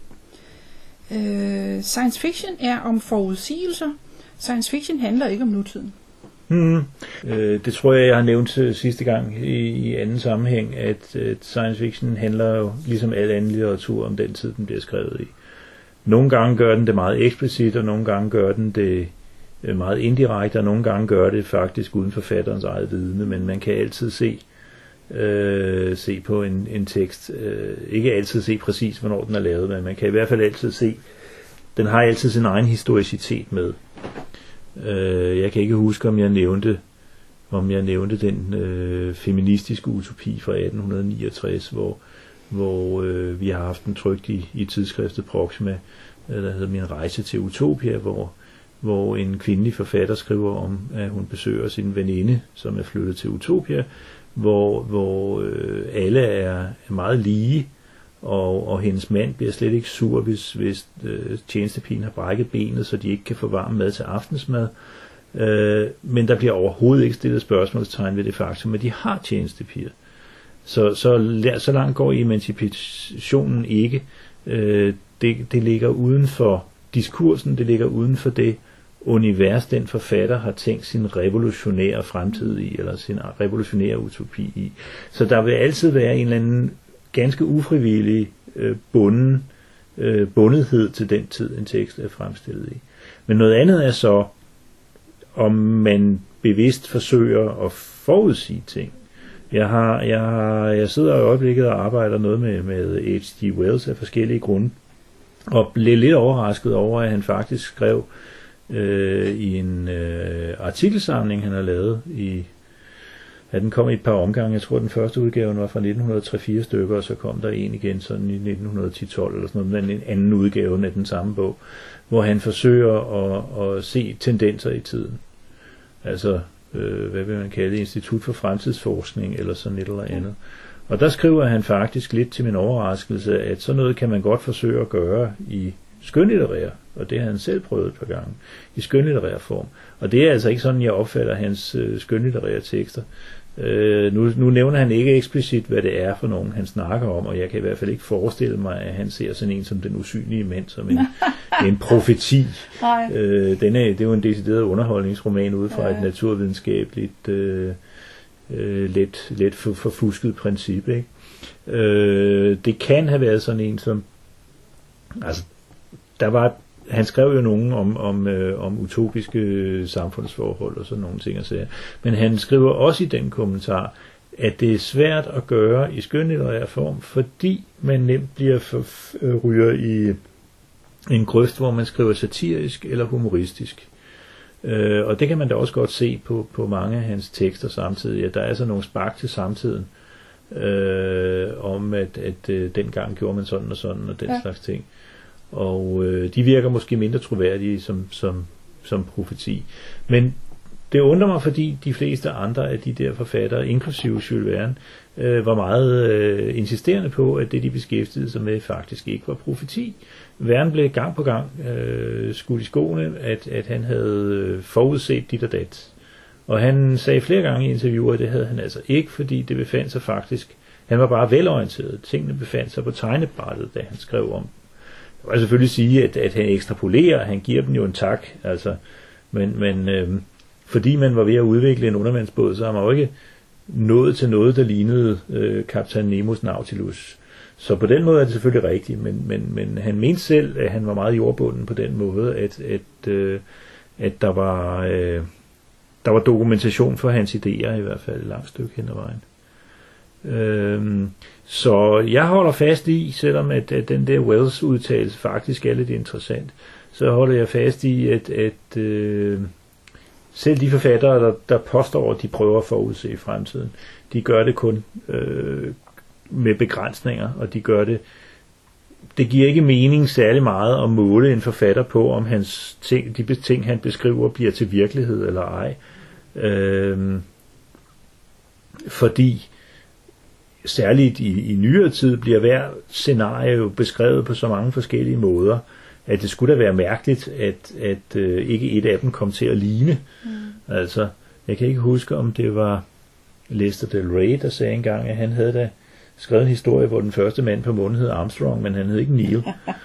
Science fiction er om forudsigelser. Science fiction handler ikke om nutiden. Det tror jeg har nævnt sidste gang i anden sammenhæng, at science fiction handler jo ligesom al anden litteratur om den tid, den bliver skrevet i. Nogle gange gør den det meget eksplicit, og nogle gange gør den det meget indirekte, og nogle gange gør det faktisk uden forfatterens eget vidne, men man kan altid se på en tekst, ikke altid se præcis, hvornår den er lavet, men man kan i hvert fald altid se, den har altid sin egen historicitet med. Jeg kan ikke huske, om jeg nævnte den feministiske utopi fra 1869, hvor vi har haft den trykt i tidsskriftet Proxima, der hedder Min rejse til Utopia, hvor en kvindelig forfatter skriver om, at hun besøger sin veninde, som er flyttet til Utopia, hvor alle er meget lige, og hendes mand bliver slet ikke sur, hvis tjenestepigen har brækket benet, så de ikke kan få varm mad til aftensmad. Men der bliver overhovedet ikke stillet spørgsmålstegn ved det faktum, at de har tjenestepiger. Så langt går emancipationen ikke. Det ligger uden for diskursen, det ligger uden for det univers, den forfatter har tænkt sin revolutionære fremtid i, eller sin revolutionære utopi i. Så der vil altid være en eller anden ganske ufrivillig bundethed til den tid, en tekst er fremstillet i. Men noget andet er så, om man bevidst forsøger at forudsige ting. Jeg sidder i øjeblikket og arbejder noget med H.G. Wells af forskellige grunde, og blev lidt overrasket over, at han faktisk skrev i en artikelsamling, han har lavet den kom i et par omgange. Jeg tror, den første udgave var fra 1903-4 stykker, og så kom der en igen sådan i 1910-12 eller sådan noget, men en anden udgave af den samme bog, hvor han forsøger at se tendenser i tiden. Altså, hvad vil man kalde det, Institut for Fremtidsforskning eller sådan et eller andet. Og der skriver han faktisk lidt til min overraskelse, at sådan noget kan man godt forsøge at gøre i skønlitterære, og det har han selv prøvet et par gange, i skønlitterær form. Og det er altså ikke sådan, jeg opfatter hans skønlitterære tekster. Nu nævner han ikke eksplicit, hvad det er for nogen, han snakker om, og jeg kan i hvert fald ikke forestille mig, at han ser sådan en som Den usynlige mand, som en profeti. Det er jo en decideret underholdningsroman ud fra et naturvidenskabeligt, let forfusket princip. Ikke? Det kan have været sådan en, som... Altså, han skrev jo nogen om utopiske samfundsforhold og sådan nogle ting. Men han skriver også i den kommentar, at det er svært at gøre i skønlitterær form, fordi man nemt ryger i en grøft, hvor man skriver satirisk eller humoristisk. Og det kan man da også godt se på mange af hans tekster samtidig. Ja, der er altså nogle spark til samtiden, om at dengang gjorde man sådan og sådan og den slags ting. Og de virker måske mindre troværdige som profeti. Men det undrer mig, fordi de fleste andre af de der forfattere, inklusive Jules Verne, var meget insisterende på, at det de beskæftigede sig med faktisk ikke var profeti. Verne blev gang på gang skudt i skoene, at han havde forudset dit og dat. Og han sagde flere gange i interviewer, at det havde han altså ikke, fordi det befandt sig faktisk, han var bare velorienteret. Tingene befandt sig på tegnebrættet, da han skrev om. Jeg vil selvfølgelig sige, at han ekstrapolerer, han giver dem jo en tak, altså, men fordi man var ved at udvikle en undervandsbåd, så har man jo ikke nået til noget, der lignede kaptajn Nemos Nautilus. Så på den måde er det selvfølgelig rigtigt, men han mente selv, at han var meget jordbunden på den måde, at der var dokumentation for hans idéer, i hvert fald et langt stykke hen ad vejen. Så jeg holder fast i, selvom at den der Wells-udtalelse faktisk er lidt interessant, så holder jeg fast i, at selv de forfattere, der påstår, at de prøver at forudse i fremtiden, de gør det kun med begrænsninger, og de gør det giver ikke mening særlig meget at måle en forfatter på, om de ting, han beskriver, bliver til virkelighed eller ej. Fordi særligt i nyere tid bliver hver scenarie jo beskrevet på så mange forskellige måder, at det skulle da være mærkeligt, at ikke et af dem kom til at ligne. Altså, jeg kan ikke huske, om det var Lester Del Rey, der sagde engang, at han havde da skrevet en historie, hvor den første mand på månen hed Armstrong, men han hed ikke Neil.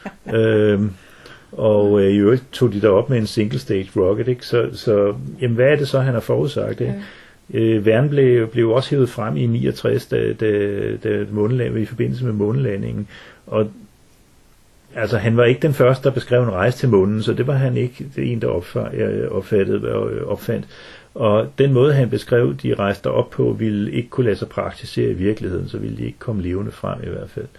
Og i øvrigt tog de der op med en single stage rocket, ikke? Så jamen, hvad er det så, han har forudsagt? Verne blev også hævet frem i 69, da månelandingen, i forbindelse med månelandingen. Og altså, han var ikke den første, der beskrev en rejse til månen, så det var han ikke en, der opfandt. Og den måde, han beskrev, de rejste op på, ville ikke kunne lade sig praktisere i virkeligheden, så ville de ikke komme levende frem i hvert fald.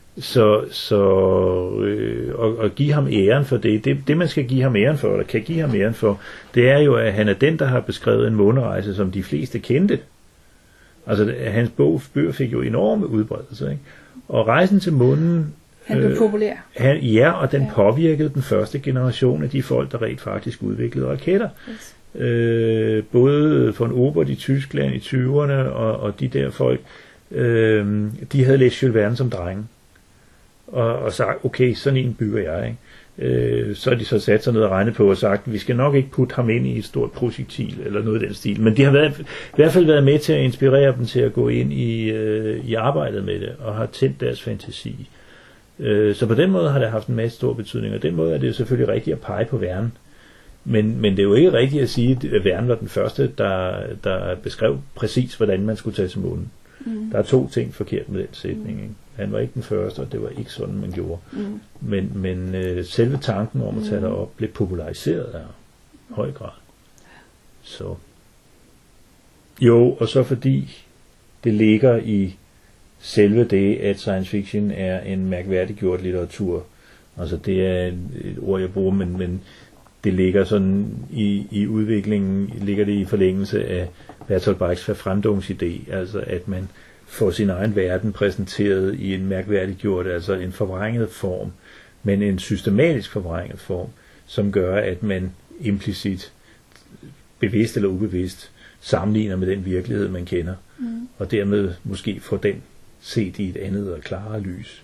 Og give ham æren for det man skal give ham æren for, eller kan give ham æren for, det er jo, at han er den, der har beskrevet en månerejse, som de fleste kendte. Altså, hans bøger fik jo enorme udbredelse, ikke? Og rejsen til månen, han blev populær. Og den påvirkede den første generation af de folk, der rent faktisk udviklede raketter. Yes. Både von Obert i Tyskland i 20'erne, og de der folk, de havde læst Jules Verne som drenge. Og sagt, okay, sådan en bygger jeg, ikke? Så har de så sat sig ned og regnet på og sagt, vi skal nok ikke putte ham ind i et stort projektil, eller noget i den stil. Men de har i hvert fald været med til at inspirere dem til at gå ind i arbejdet med det, og har tændt deres fantasi. Så på den måde har det haft en masse stor betydning, og den måde er det jo selvfølgelig rigtigt at pege på Verne. Men det er jo ikke rigtigt at sige, at Verne var den første, der beskrev præcis, hvordan man skulle tage til månen. Der er to ting forkert med den sætning, ikke? Han var ikke den første, og det var ikke sådan, man gjorde. Men selve tanken om at tage derop blev populariseret af høj grad. Så. Jo, og så fordi det ligger i selve det, at science fiction er en mærkværdiggjort litteratur. Altså det er et ord, jeg bruger, men det ligger sådan i udviklingen, ligger det i forlængelse af Bertolt Brechts fremdungsidé, altså at man får sin egen verden præsenteret i en mærkværdiggjort, altså en forvrænget form, men en systematisk forvrænget form, som gør, at man implicit, bevidst eller ubevidst, sammenligner med den virkelighed, man kender, og dermed måske får den set i et andet og klarere lys.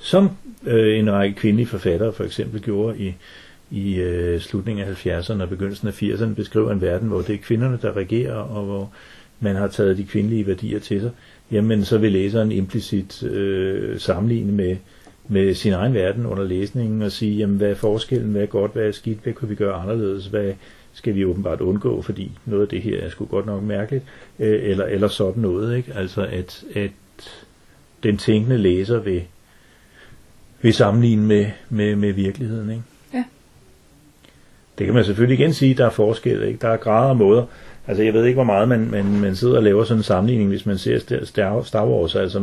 som en række kvindelige forfattere for eksempel gjorde i slutningen af 70'erne og begyndelsen af 80'erne, beskriver en verden, hvor det er kvinderne, der regerer, og hvor man har taget de kvindelige værdier til sig, jamen så vil læseren implicit sammenligne med sin egen verden under læsningen og sige, jamen hvad er forskellen, hvad er godt, hvad er skidt, hvad kan vi gøre anderledes, hvad skal vi åbenbart undgå, fordi noget af det her er sgu godt nok mærkeligt, eller sådan noget, ikke? Altså at den tænkende læser vil sammenligne med virkeligheden, ikke? Ja. Det kan man selvfølgelig igen sige, der er forskel, ikke? Der er grader og måder. Altså jeg ved ikke, hvor meget man sidder og laver sådan en sammenligning, hvis man ser Star Wars, altså,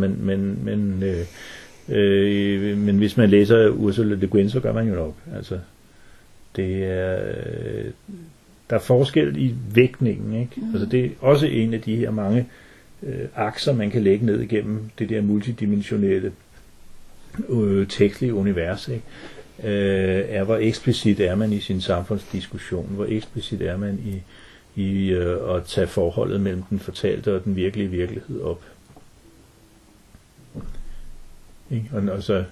men hvis man læser Ursula Le Guin, så gør man jo nok. Altså, det er, der er forskel i vægtningen, ikke? Altså det er også en af de her mange akser, man kan lægge ned igennem det der multidimensionelle tekstlige univers, ikke? Er hvor eksplicit er man i sin samfundsdiskussion, hvor eksplicit er man i at tage forholdet mellem den fortalte og den virkelige virkelighed op. Og så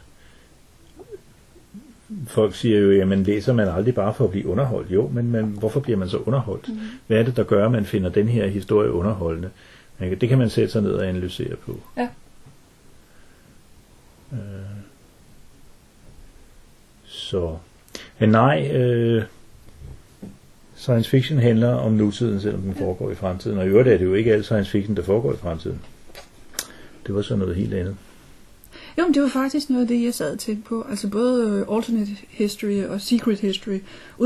folk siger jo, jamen læser man aldrig bare for at blive underholdt. Jo, men hvorfor bliver man så underholdt? Hvad er det, der gør, at man finder den her historie underholdende? Det kan man sætte sig ned og analysere på. Ja. Så. Men nej, science fiction handler om nutiden, selvom den foregår i fremtiden. Og i øvrigt er det jo ikke alt science fiction, der foregår i fremtiden. Det var så noget helt andet. Jo, men det var faktisk noget af det, jeg sad og tænkte på. Altså både alternate history og secret history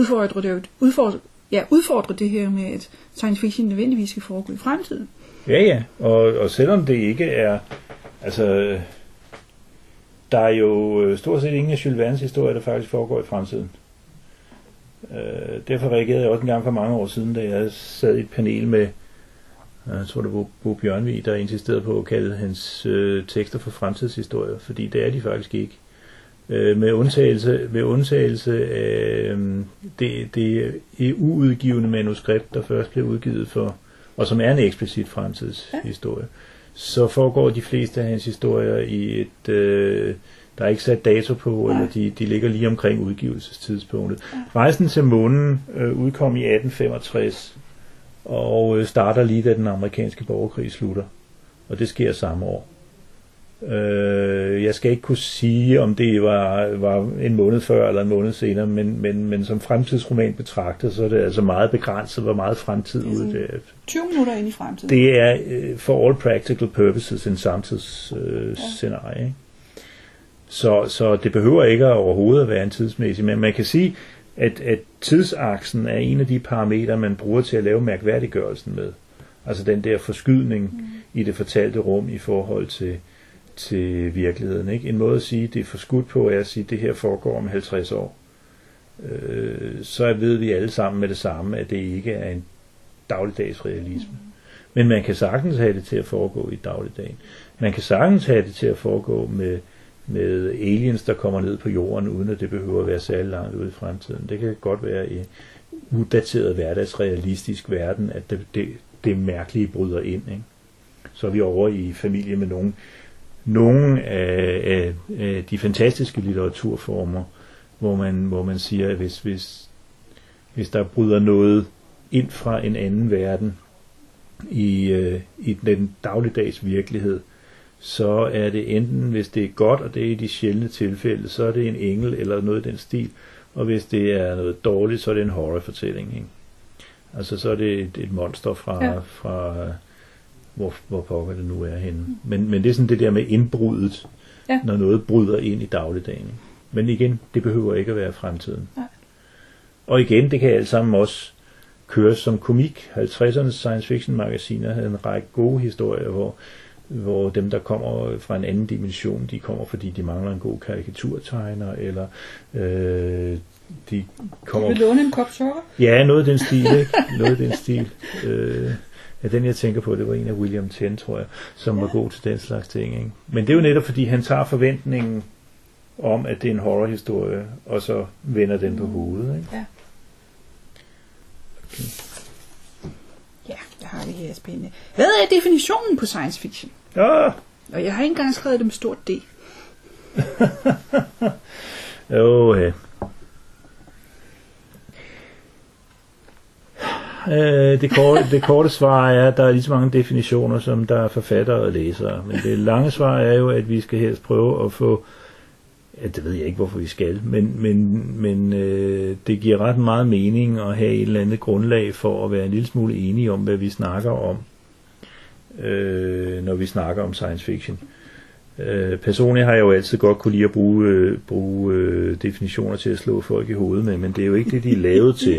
udfordrer det her med, at science fiction nødvendigvis skal foregå i fremtiden. Ja, og selvom det ikke er, altså, der er jo stort set ingen af Jules Verne's historier, der faktisk foregår i fremtiden. Derfor reagerede jeg også en gang for mange år siden, da jeg sad i et panel med, jeg tror det var Bo Bjørnvig, der insisterede på at kalde hans tekster for fremtidshistorier, fordi det er de faktisk ikke. Med undtagelse af det uudgivende manuskript, der først blev udgivet for, og som er en eksplicit fremtidshistorie, så foregår de fleste af hans historier i et, der er ikke sat dato på, eller de ligger lige omkring udgivelsestidspunktet. Rejsen til månen udkom i 1865, og starter lige da den amerikanske borgerkrig slutter, og det sker samme år. Jeg skal ikke kunne sige, om det var en måned før eller en måned senere, men som fremtidsroman betragtet, så er det altså meget begrænset, hvor meget fremtid ude det er. 20 minutter ind i fremtiden. Det er for all practical purposes en samtidsscenarie. Ikke? Så det behøver ikke overhovedet at være en tidsmæssig, men man kan sige, at tidsaksen er en af de parametre, man bruger til at lave mærkværdiggørelsen med. Altså den der forskydning i det fortalte rum i forhold til virkeligheden. Ikke? En måde at sige, det er forskudt på, er at sige, at det her foregår om 50 år. Så ved vi alle sammen med det samme, at det ikke er en dagligdags realisme. Men man kan sagtens have det til at foregå i dagligdagen. Man kan sagtens have det til at foregå med aliens, der kommer ned på jorden, uden at det behøver at være særlig langt ude i fremtiden. Det kan godt være i udateret hverdagsrealistisk verden, at det mærkelige bryder ind. Ikke? Så er vi over i familie med nogle af de fantastiske litteraturformer, hvor man siger, at hvis der bryder noget ind fra en anden verden i den dagligdags virkelighed, så er det enten, hvis det er godt, og det er i de sjældne tilfælde, så er det en engel eller noget i den stil, og hvis det er noget dårligt, så er det en horrorfortælling. Ikke? Altså så er det et monster fra hvor pokker det nu er henne. Men det er sådan det der med indbruddet, når noget bryder ind i dagligdagen. Men igen, det behøver ikke at være fremtiden. Nej. Og igen, det kan alt sammen også køres som komik. 50'ernes science fiction magasiner havde en række gode historier, hvor dem, der kommer fra en anden dimension, de kommer, fordi de mangler en god karikaturtegner, eller de kommer... Du vil låne en kop sukker? Ja, noget af den stil, ikke? Noget af den stil. Ja, den jeg tænker på, det var en af William Tenn, tror jeg, som var god til den slags ting, ikke? Men det er jo netop, fordi han tager forventningen om, at det er en horrorhistorie, og så vender den på hovedet, ikke? Ja. Okay. Ja, der har vi her spændende. Hvad er definitionen på science fiction? Ja. Og jeg har ikke engang skrevet det med stort D. Det korte svar er, at der er lige så mange definitioner, som der er forfattere og læsere. Men det lange svar er jo, at vi skal helst prøve at få, det ved jeg ikke, hvorfor vi skal, men det giver ret meget mening at have et eller andet grundlag for at være en lille smule enige om, hvad vi snakker om, når vi snakker om science fiction. Personligt har jeg jo altid godt kunne lide at bruge definitioner til at slå folk i hovedet med, men det er jo ikke det, de er lavet til.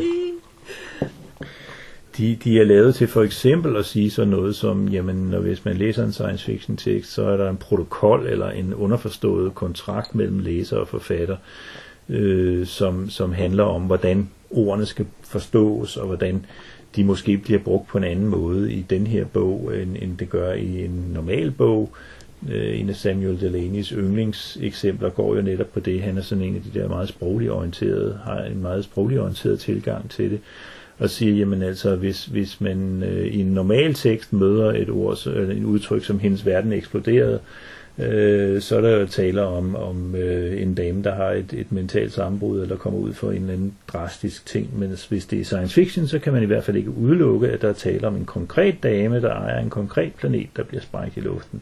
De er lavet til for eksempel at sige sådan noget som, jamen, hvis man læser en science fiction tekst, så er der en protokol eller en underforstået kontrakt mellem læser og forfatter, som handler om, hvordan ordene skal forstås, og hvordan de måske bliver brugt på en anden måde i den her bog, end det gør i en normal bog. En af Samuel Delaney's yndlingseksempler går jo netop på det. Han er sådan en af de der meget sprogligt orienterede, har en meget sprogligt orienteret tilgang til det. Og siger, jamen altså, hvis man i en normal tekst møder et ord, en udtryk som hendes verden eksploderede, så er der jo tale om en dame, der har et mentalt sammenbrud, eller kommer ud for en eller anden drastisk ting. Men hvis det er science fiction, så kan man i hvert fald ikke udelukke, at der er tale om en konkret dame, der ejer en konkret planet, der bliver sprængt i luften.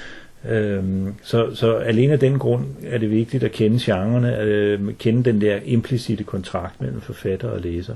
Så alene af den grund er det vigtigt at kende genrerne, kende den der implicite kontrakt mellem forfatter og læser.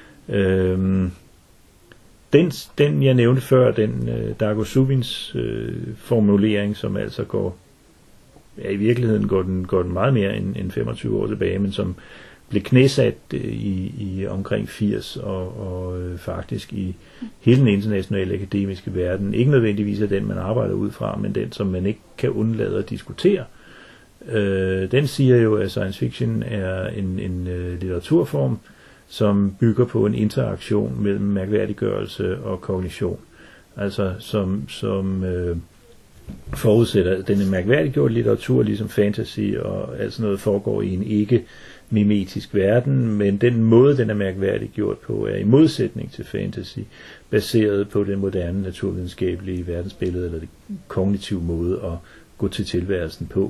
Den jeg nævnte før, den Dargo Subins formulering, som altså i virkeligheden går den meget mere end 25 år tilbage, men som blev knæsat i omkring 80 og faktisk i hele den internationale akademiske verden. Ikke nødvendigvis er den, man arbejder ud fra, men den, som man ikke kan undlade at diskutere. Den siger jo, at science fiction er en litteraturform, som bygger på en interaktion mellem mærkværdiggørelse og kognition. Altså som forudsætter, at den er mærkværdiggjort litteratur, ligesom fantasy og alt sådan noget, foregår i en ikke-mimetisk verden, men den måde, den er mærkværdiggjort på, er i modsætning til fantasy, baseret på den moderne naturvidenskabelige verdensbillede, eller det kognitive måde at gå til tilværelsen på.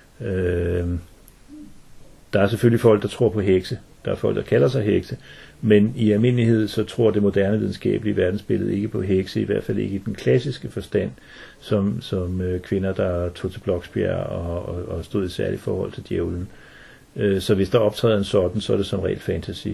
Der er selvfølgelig folk, der tror på hekse. Der er folk, der kalder sig hekse, men i almindelighed så tror det moderne videnskabelige verdensbillede ikke på hekse, i hvert fald ikke i den klassiske forstand, som kvinder, der tog til Bloksbjerg og stod i særligt forhold til djævlen. Så hvis der optræder en sådan, så er det som regel fantasy.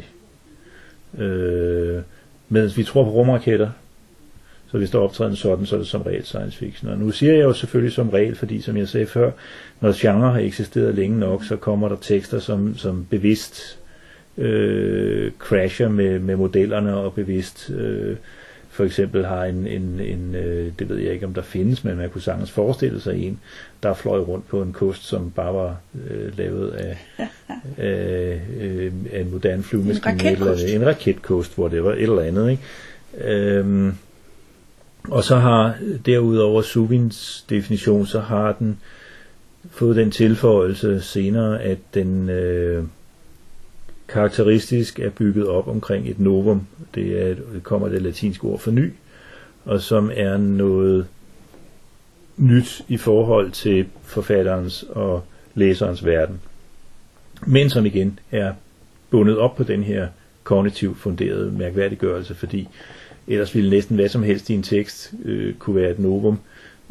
Mens vi tror på rumraketter, så hvis der optræder en sådan, så er det som regel science fiction. Og nu siger jeg jo selvfølgelig som regel, fordi som jeg sagde før, når genre har eksisteret længe nok, så kommer der tekster, som bevidst crasher med modellerne og bevidst for eksempel har en det ved jeg ikke om der findes, men man kunne sagtens forestille sig en, der fløj rundt på en kost, som bare var lavet af en moderne flyvemaskine, en raketkost, hvor det var et eller andet, ikke? Og så har derudover Subins definition, så har den fået den tilføjelse senere, at den karakteristisk er bygget op omkring et novum. Det kommer det latinske ord for ny, og som er noget nyt i forhold til forfatterens og læserens verden. Men som igen er bundet op på den her kognitivt funderede mærkværdiggørelse, fordi ellers ville næsten hvad som helst i en tekst kunne være et novum.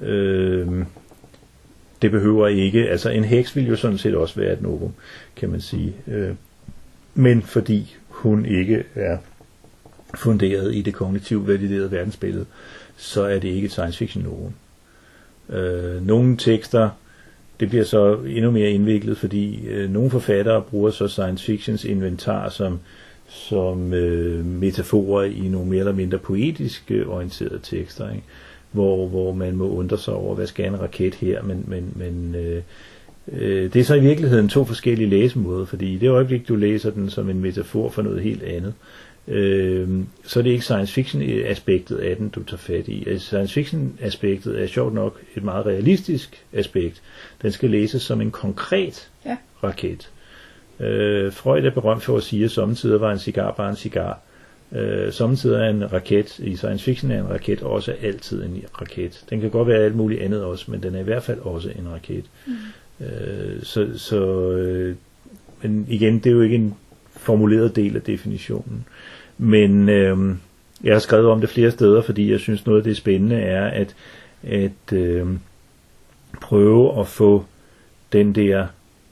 Det behøver ikke, altså en heks vil jo sådan set også være et novum, kan man sige. Men fordi hun ikke er funderet i det kognitivt validerede verdensbillede, så er det ikke et science fiction novum. Nogle tekster, det bliver så endnu mere indviklet, fordi nogle forfattere bruger så science fictions inventar som metaforer i nogle mere eller mindre poetisk orienterede tekster, ikke? Hvor man må undre sig over, hvad skal en raket her, men det er så i virkeligheden to forskellige læsemåder, fordi i det øjeblik, du læser den som en metafor for noget helt andet, så er det ikke science fiction aspektet af den, du tager fat i. Science fiction aspektet er sjovt nok et meget realistisk aspekt. Den skal læses som en konkret raket. Freud er berømt for at sige, at sommetider var en cigar bare en cigar. Sommetider er en raket, i science fiction er en raket også altid en raket. Den kan godt være alt muligt andet også, men den er i hvert fald også en raket. Men igen, det er jo ikke en formuleret del af definitionen. Men jeg har skrevet om det flere steder, fordi jeg synes noget af det spændende er at prøve at få den der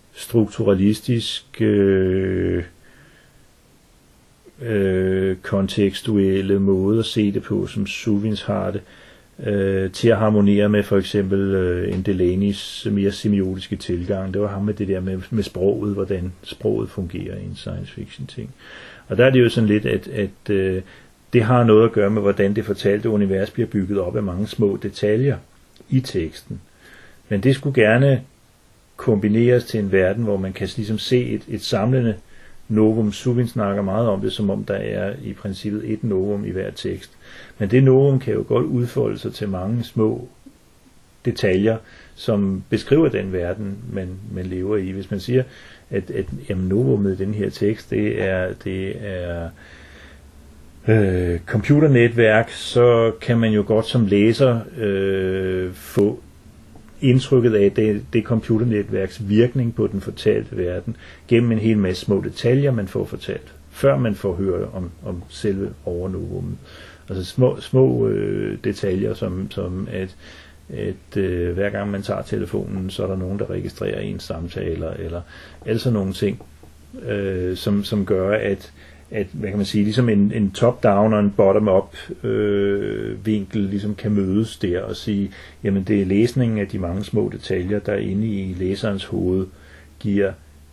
strukturalistiske kontekstuelle måde at se det på, som Suvins har det, til at harmonere med for eksempel en Delaney's mere semiotiske tilgang. Det var ham med det der med sproget, hvordan sproget fungerer i en science fiction ting. Og der er det jo sådan lidt, at det har noget at gøre med, hvordan det fortalte univers bliver bygget op af mange små detaljer i teksten. Men det skulle gerne kombineres til en verden, hvor man kan ligesom se et samlende novum. Suvin snakker meget om det, som om der er i princippet et novum i hver tekst. Men det novum kan jo godt udfolde sig til mange små detaljer, som beskriver den verden, man lever i. Hvis man siger, at jamen, novummet i den her tekst, det er computernetværk, så kan man jo godt som læser få indtrykket af det computernetværks virkning på den fortalte verden gennem en hel masse små detaljer, man får fortalt, før man får høre om selve overnovummet. Altså små detaljer, som at hver gang man tager telefonen, så er der nogen, der registrerer ens samtaler, eller altså nogle ting, som gør, at hvad kan man sige, ligesom en top-down og en bottom-up vinkel ligesom kan mødes der og sige, jamen det er læsningen af de mange små detaljer, der inde i læserens hoved giver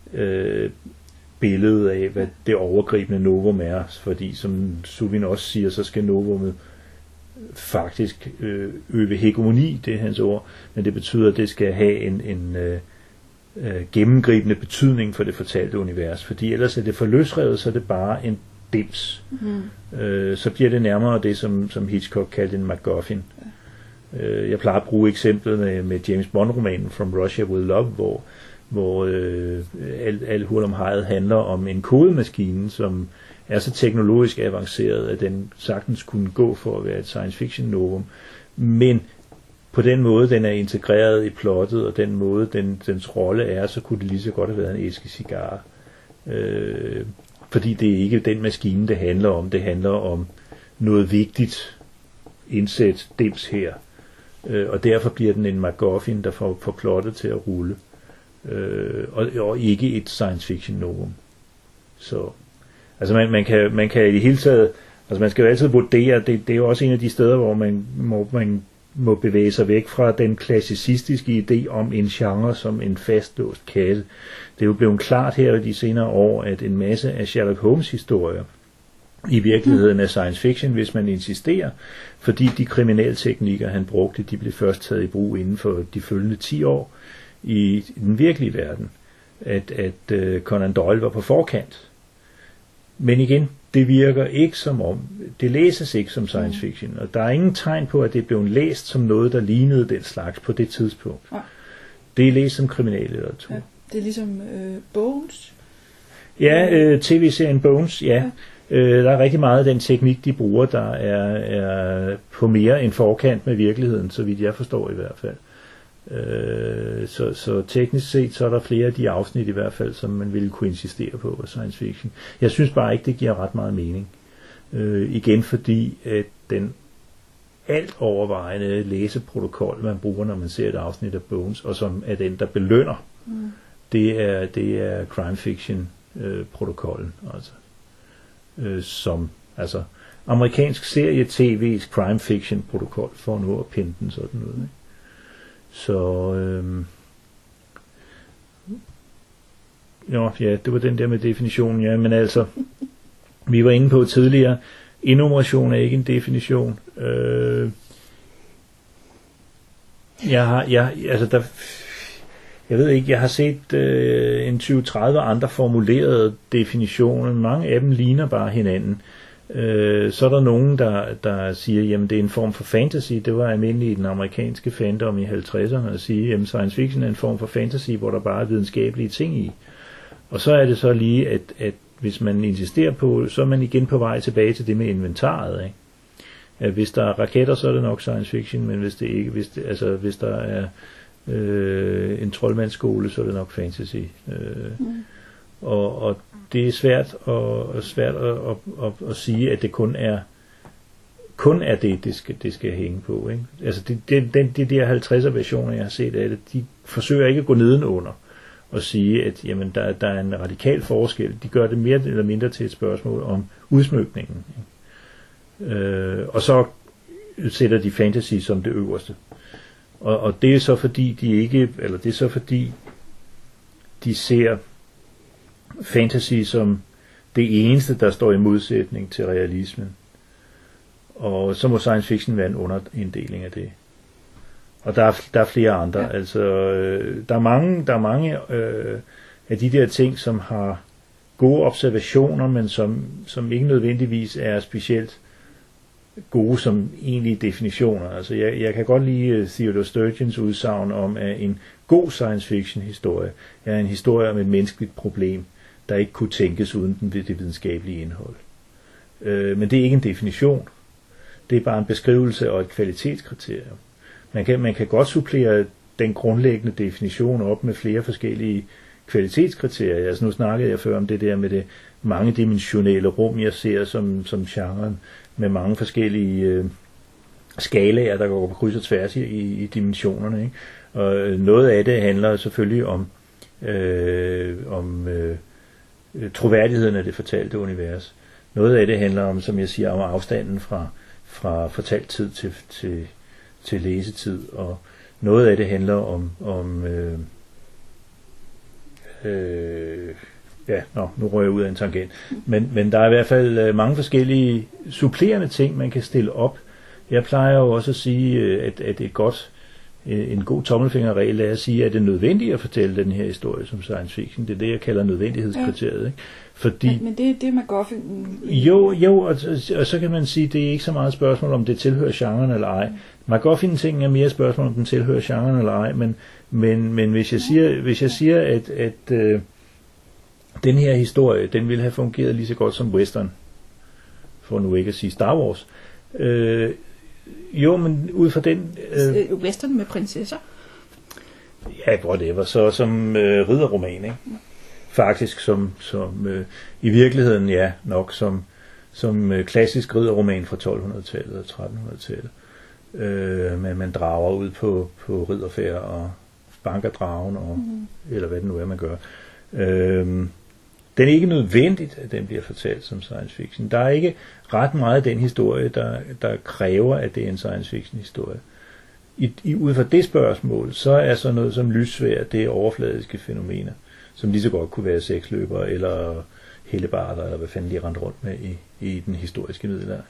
billedet af, hvad det overgribende novum er, fordi som Suvin også siger, så skal novummet faktisk øve hegemoni, det er hans ord, men det betyder, at det skal have en gennemgribende betydning for det fortalte univers, fordi ellers er det for løsrevet, så er det bare en dims. Så bliver det nærmere det, som Hitchcock kaldte en MacGuffin. Jeg plejer at bruge eksemplet med James Bond-romanen From Russia With Love, hvor al hul om hajet handler om en kodemaskine, som er så teknologisk avanceret, at den sagtens kunne gå for at være et science fiction novum, men på den måde, den er integreret i plottet, og den måde, dens rolle er, så kunne det lige så godt have været en æske cigarer. Fordi det er ikke den maskine, det handler om. Det handler om noget vigtigt. Indsæt dims her. Og derfor bliver den en MacGuffin, der får plottet til at rulle. Og ikke et science fiction novum. Så altså man kan i det hele taget, altså man skal jo altid vurdere, det er jo også en af de steder, hvor man må bevæge sig væk fra den klassicistiske idé om en genre som en fastlåst kasse. Det er jo blevet klart her i de senere år, at en masse af Sherlock Holmes historier i virkeligheden er science fiction, hvis man insisterer, fordi de kriminalteknikker, han brugte, de blev først taget i brug inden for de følgende 10 år i den virkelige verden. At Conan Doyle var på forkant. Men igen, det virker ikke som om, det læses ikke som science fiction, og der er ingen tegn på, at det er blevet læst som noget, der lignede den slags på det tidspunkt. Ja. Det er læst som kriminallitteratur. Ja, det er ligesom Bones. Ja, tv-serien Bones, ja. Der er rigtig meget af den teknik, de bruger, der er på mere en forkant med virkeligheden, så vidt jeg forstår i hvert fald. Så teknisk set, så er der flere af de afsnit i hvert fald, som man ville kunne insistere på af science fiction. Jeg synes bare ikke, det giver ret meget mening. Igen fordi, at den alt overvejende læseprotokol, man bruger, når man ser et afsnit af Bones, og som er den, der belønner, det er crime fiction protokollen, som amerikansk serie-tv's crime fiction protokol, for nu at pinde den sådan noget, ikke? Så ja, det var den der med definitionen, ja, men altså, vi var inde på tidligere, enumeration er ikke en definition. Jeg ved ikke, jeg har set en 20-30 andre formulerede definitioner, mange af dem ligner bare hinanden. Så er der nogen, der siger, jamen det er en form for fantasy. Det var almindeligt i den amerikanske fandom i 50'erne at sige, jamen science fiction er en form for fantasy, hvor der bare er videnskabelige ting i. Og så er det så lige, at hvis man insisterer på, så er man igen på vej tilbage til det med inventaret, ikke? Hvis der er raketter, så er det nok science fiction, men hvis der er en troldmandsskole, så er det nok fantasy. Og det er svært at sige, at det kun er det skal hænge på. Ikke? Altså de der 50'er versioner, jeg har set af det, de forsøger ikke at gå nedenunder og sige, at jamen, der er en radikal forskel. De gør det mere eller mindre til et spørgsmål om udsmykningen. Og så sætter de fantasy som det øverste. Og det er så fordi de ser fantasy som det eneste, der står i modsætning til realismen. Og så må science fiction være en underinddeling af det. Og der er flere andre. Ja. Altså, der er mange af de der ting, som har gode observationer, men som ikke nødvendigvis er specielt gode som egentlige definitioner. Altså, jeg kan godt lide Theodore Sturgeons udsagn om, at en god science fiction historie er en historie om et menneskeligt problem, der ikke kunne tænkes uden det videnskabelige indhold. Men det er ikke en definition. Det er bare en beskrivelse og et kvalitetskriterium. Man kan godt supplere den grundlæggende definition op med flere forskellige kvalitetskriterier. Altså nu snakkede jeg før om det der med det mangedimensionelle rum, jeg ser som genren, med mange forskellige skalaer, der går på kryds og tværs i dimensionerne. Ikke? Og noget af det handler selvfølgelig om troværdigheden af det fortalte univers. Noget af det handler om, som jeg siger, om afstanden fra fortalt tid til læsetid, og noget af det handler om nu rører jeg ud af en tangent. Men der er i hvert fald mange forskellige supplerende ting, man kan stille op. Jeg plejer jo også at sige, at en god tommelfingerregel er at sige, at det er nødvendigt at fortælle den her historie som science fiction. Det er det, jeg kalder nødvendighedskriteriet. Ikke? Fordi, men det er MacGuffin. Jo, og så kan man sige, at det er ikke så meget et spørgsmål, om det tilhører genren eller ej. MacGuffin-ting er mere et spørgsmål, om den tilhører genren eller ej. Men hvis jeg siger, at den her historie, den ville have fungeret lige så godt som western, for nu ikke at sige Star Wars. Jo, men ud fra den... western med prinsesser? Ja, whatever. Så som ridderroman, ikke? Faktisk som i virkeligheden, ja, nok som klassisk ridderroman fra 1200-tallet og 1300-tallet. Men man drager ud på ridderfærd og banker dragen, eller hvad det nu er, man gør. Den er ikke nødvendigt, at den bliver fortalt som science fiction. Der er ikke ret meget af den historie, der kræver, at det er en science fiction historie. Ud fra det spørgsmål, så er så noget som lyssværd, det er overfladiske fænomener, som lige så godt kunne være seksløbere eller hellebarter, eller hvad fanden de rendte rundt med i den historiske middelalder.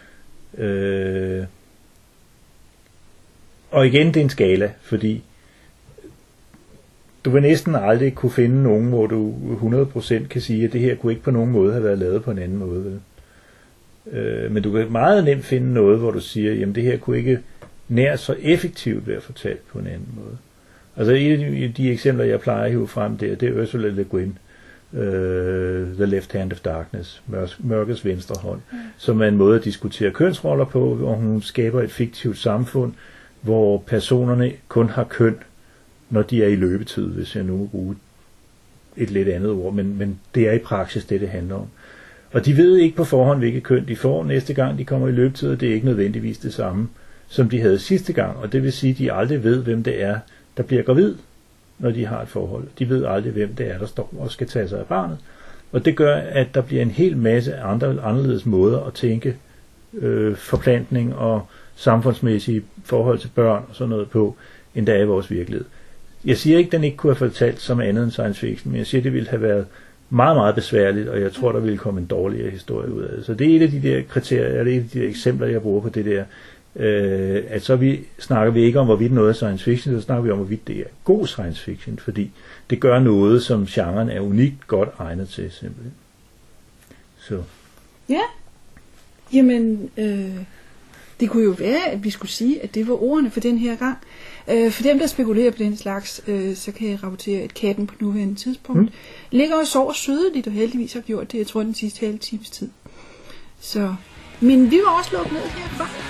Og igen, det er en skala, fordi du vil næsten aldrig kunne finde nogen, hvor du 100% kan sige, at det her kunne ikke på nogen måde have været lavet på en anden måde. Vel? Men du kan meget nemt finde noget, hvor du siger, jamen det her kunne ikke nær så effektivt være fortalt på en anden måde. Altså et af de eksempler, jeg plejer at hive frem det er Ursula Le Guin, The Left Hand of Darkness, mørkets venstre hånd, som er en måde at diskutere kønsroller på, hvor hun skaber et fiktivt samfund, hvor personerne kun har køn, når de er i løbetid, hvis jeg nu må bruge et lidt andet ord, men det er i praksis det handler om. Og de ved ikke på forhånd, hvilket køn de får næste gang, de kommer i løbetid, og det er ikke nødvendigvis det samme, som de havde sidste gang, og det vil sige, at de aldrig ved, hvem det er, der bliver gravid, når de har et forhold. De ved aldrig, hvem det er, der står og skal tage sig af barnet. Og det gør, at der bliver en hel masse anderledes måder at tænke forplantning og samfundsmæssige forhold til børn og sådan noget på, end der er i vores virkelighed. Jeg siger ikke, at den ikke kunne have fortalt som andet end science fiction, men jeg siger, at det ville have været meget, meget besværligt, og jeg tror, der ville komme en dårligere historie ud af det. Så det er et af de der kriterier, eller et af de der eksempler, jeg bruger på det der, at så snakker vi ikke om, hvorvidt noget er science fiction, så snakker vi om, hvorvidt det er god science fiction, fordi det gør noget, som genren er unikt godt egnet til, simpelthen. Så. Ja, jamen, det kunne jo være, at vi skulle sige, at det var ordene for den her gang. For dem, der spekulerer på den slags, så kan jeg rapportere, at katten på nuværende tidspunkt ligger og sover sødeligt, og heldigvis har gjort det, jeg tror, den sidste halve times tid. Så, men vi var også lukket ned herfra.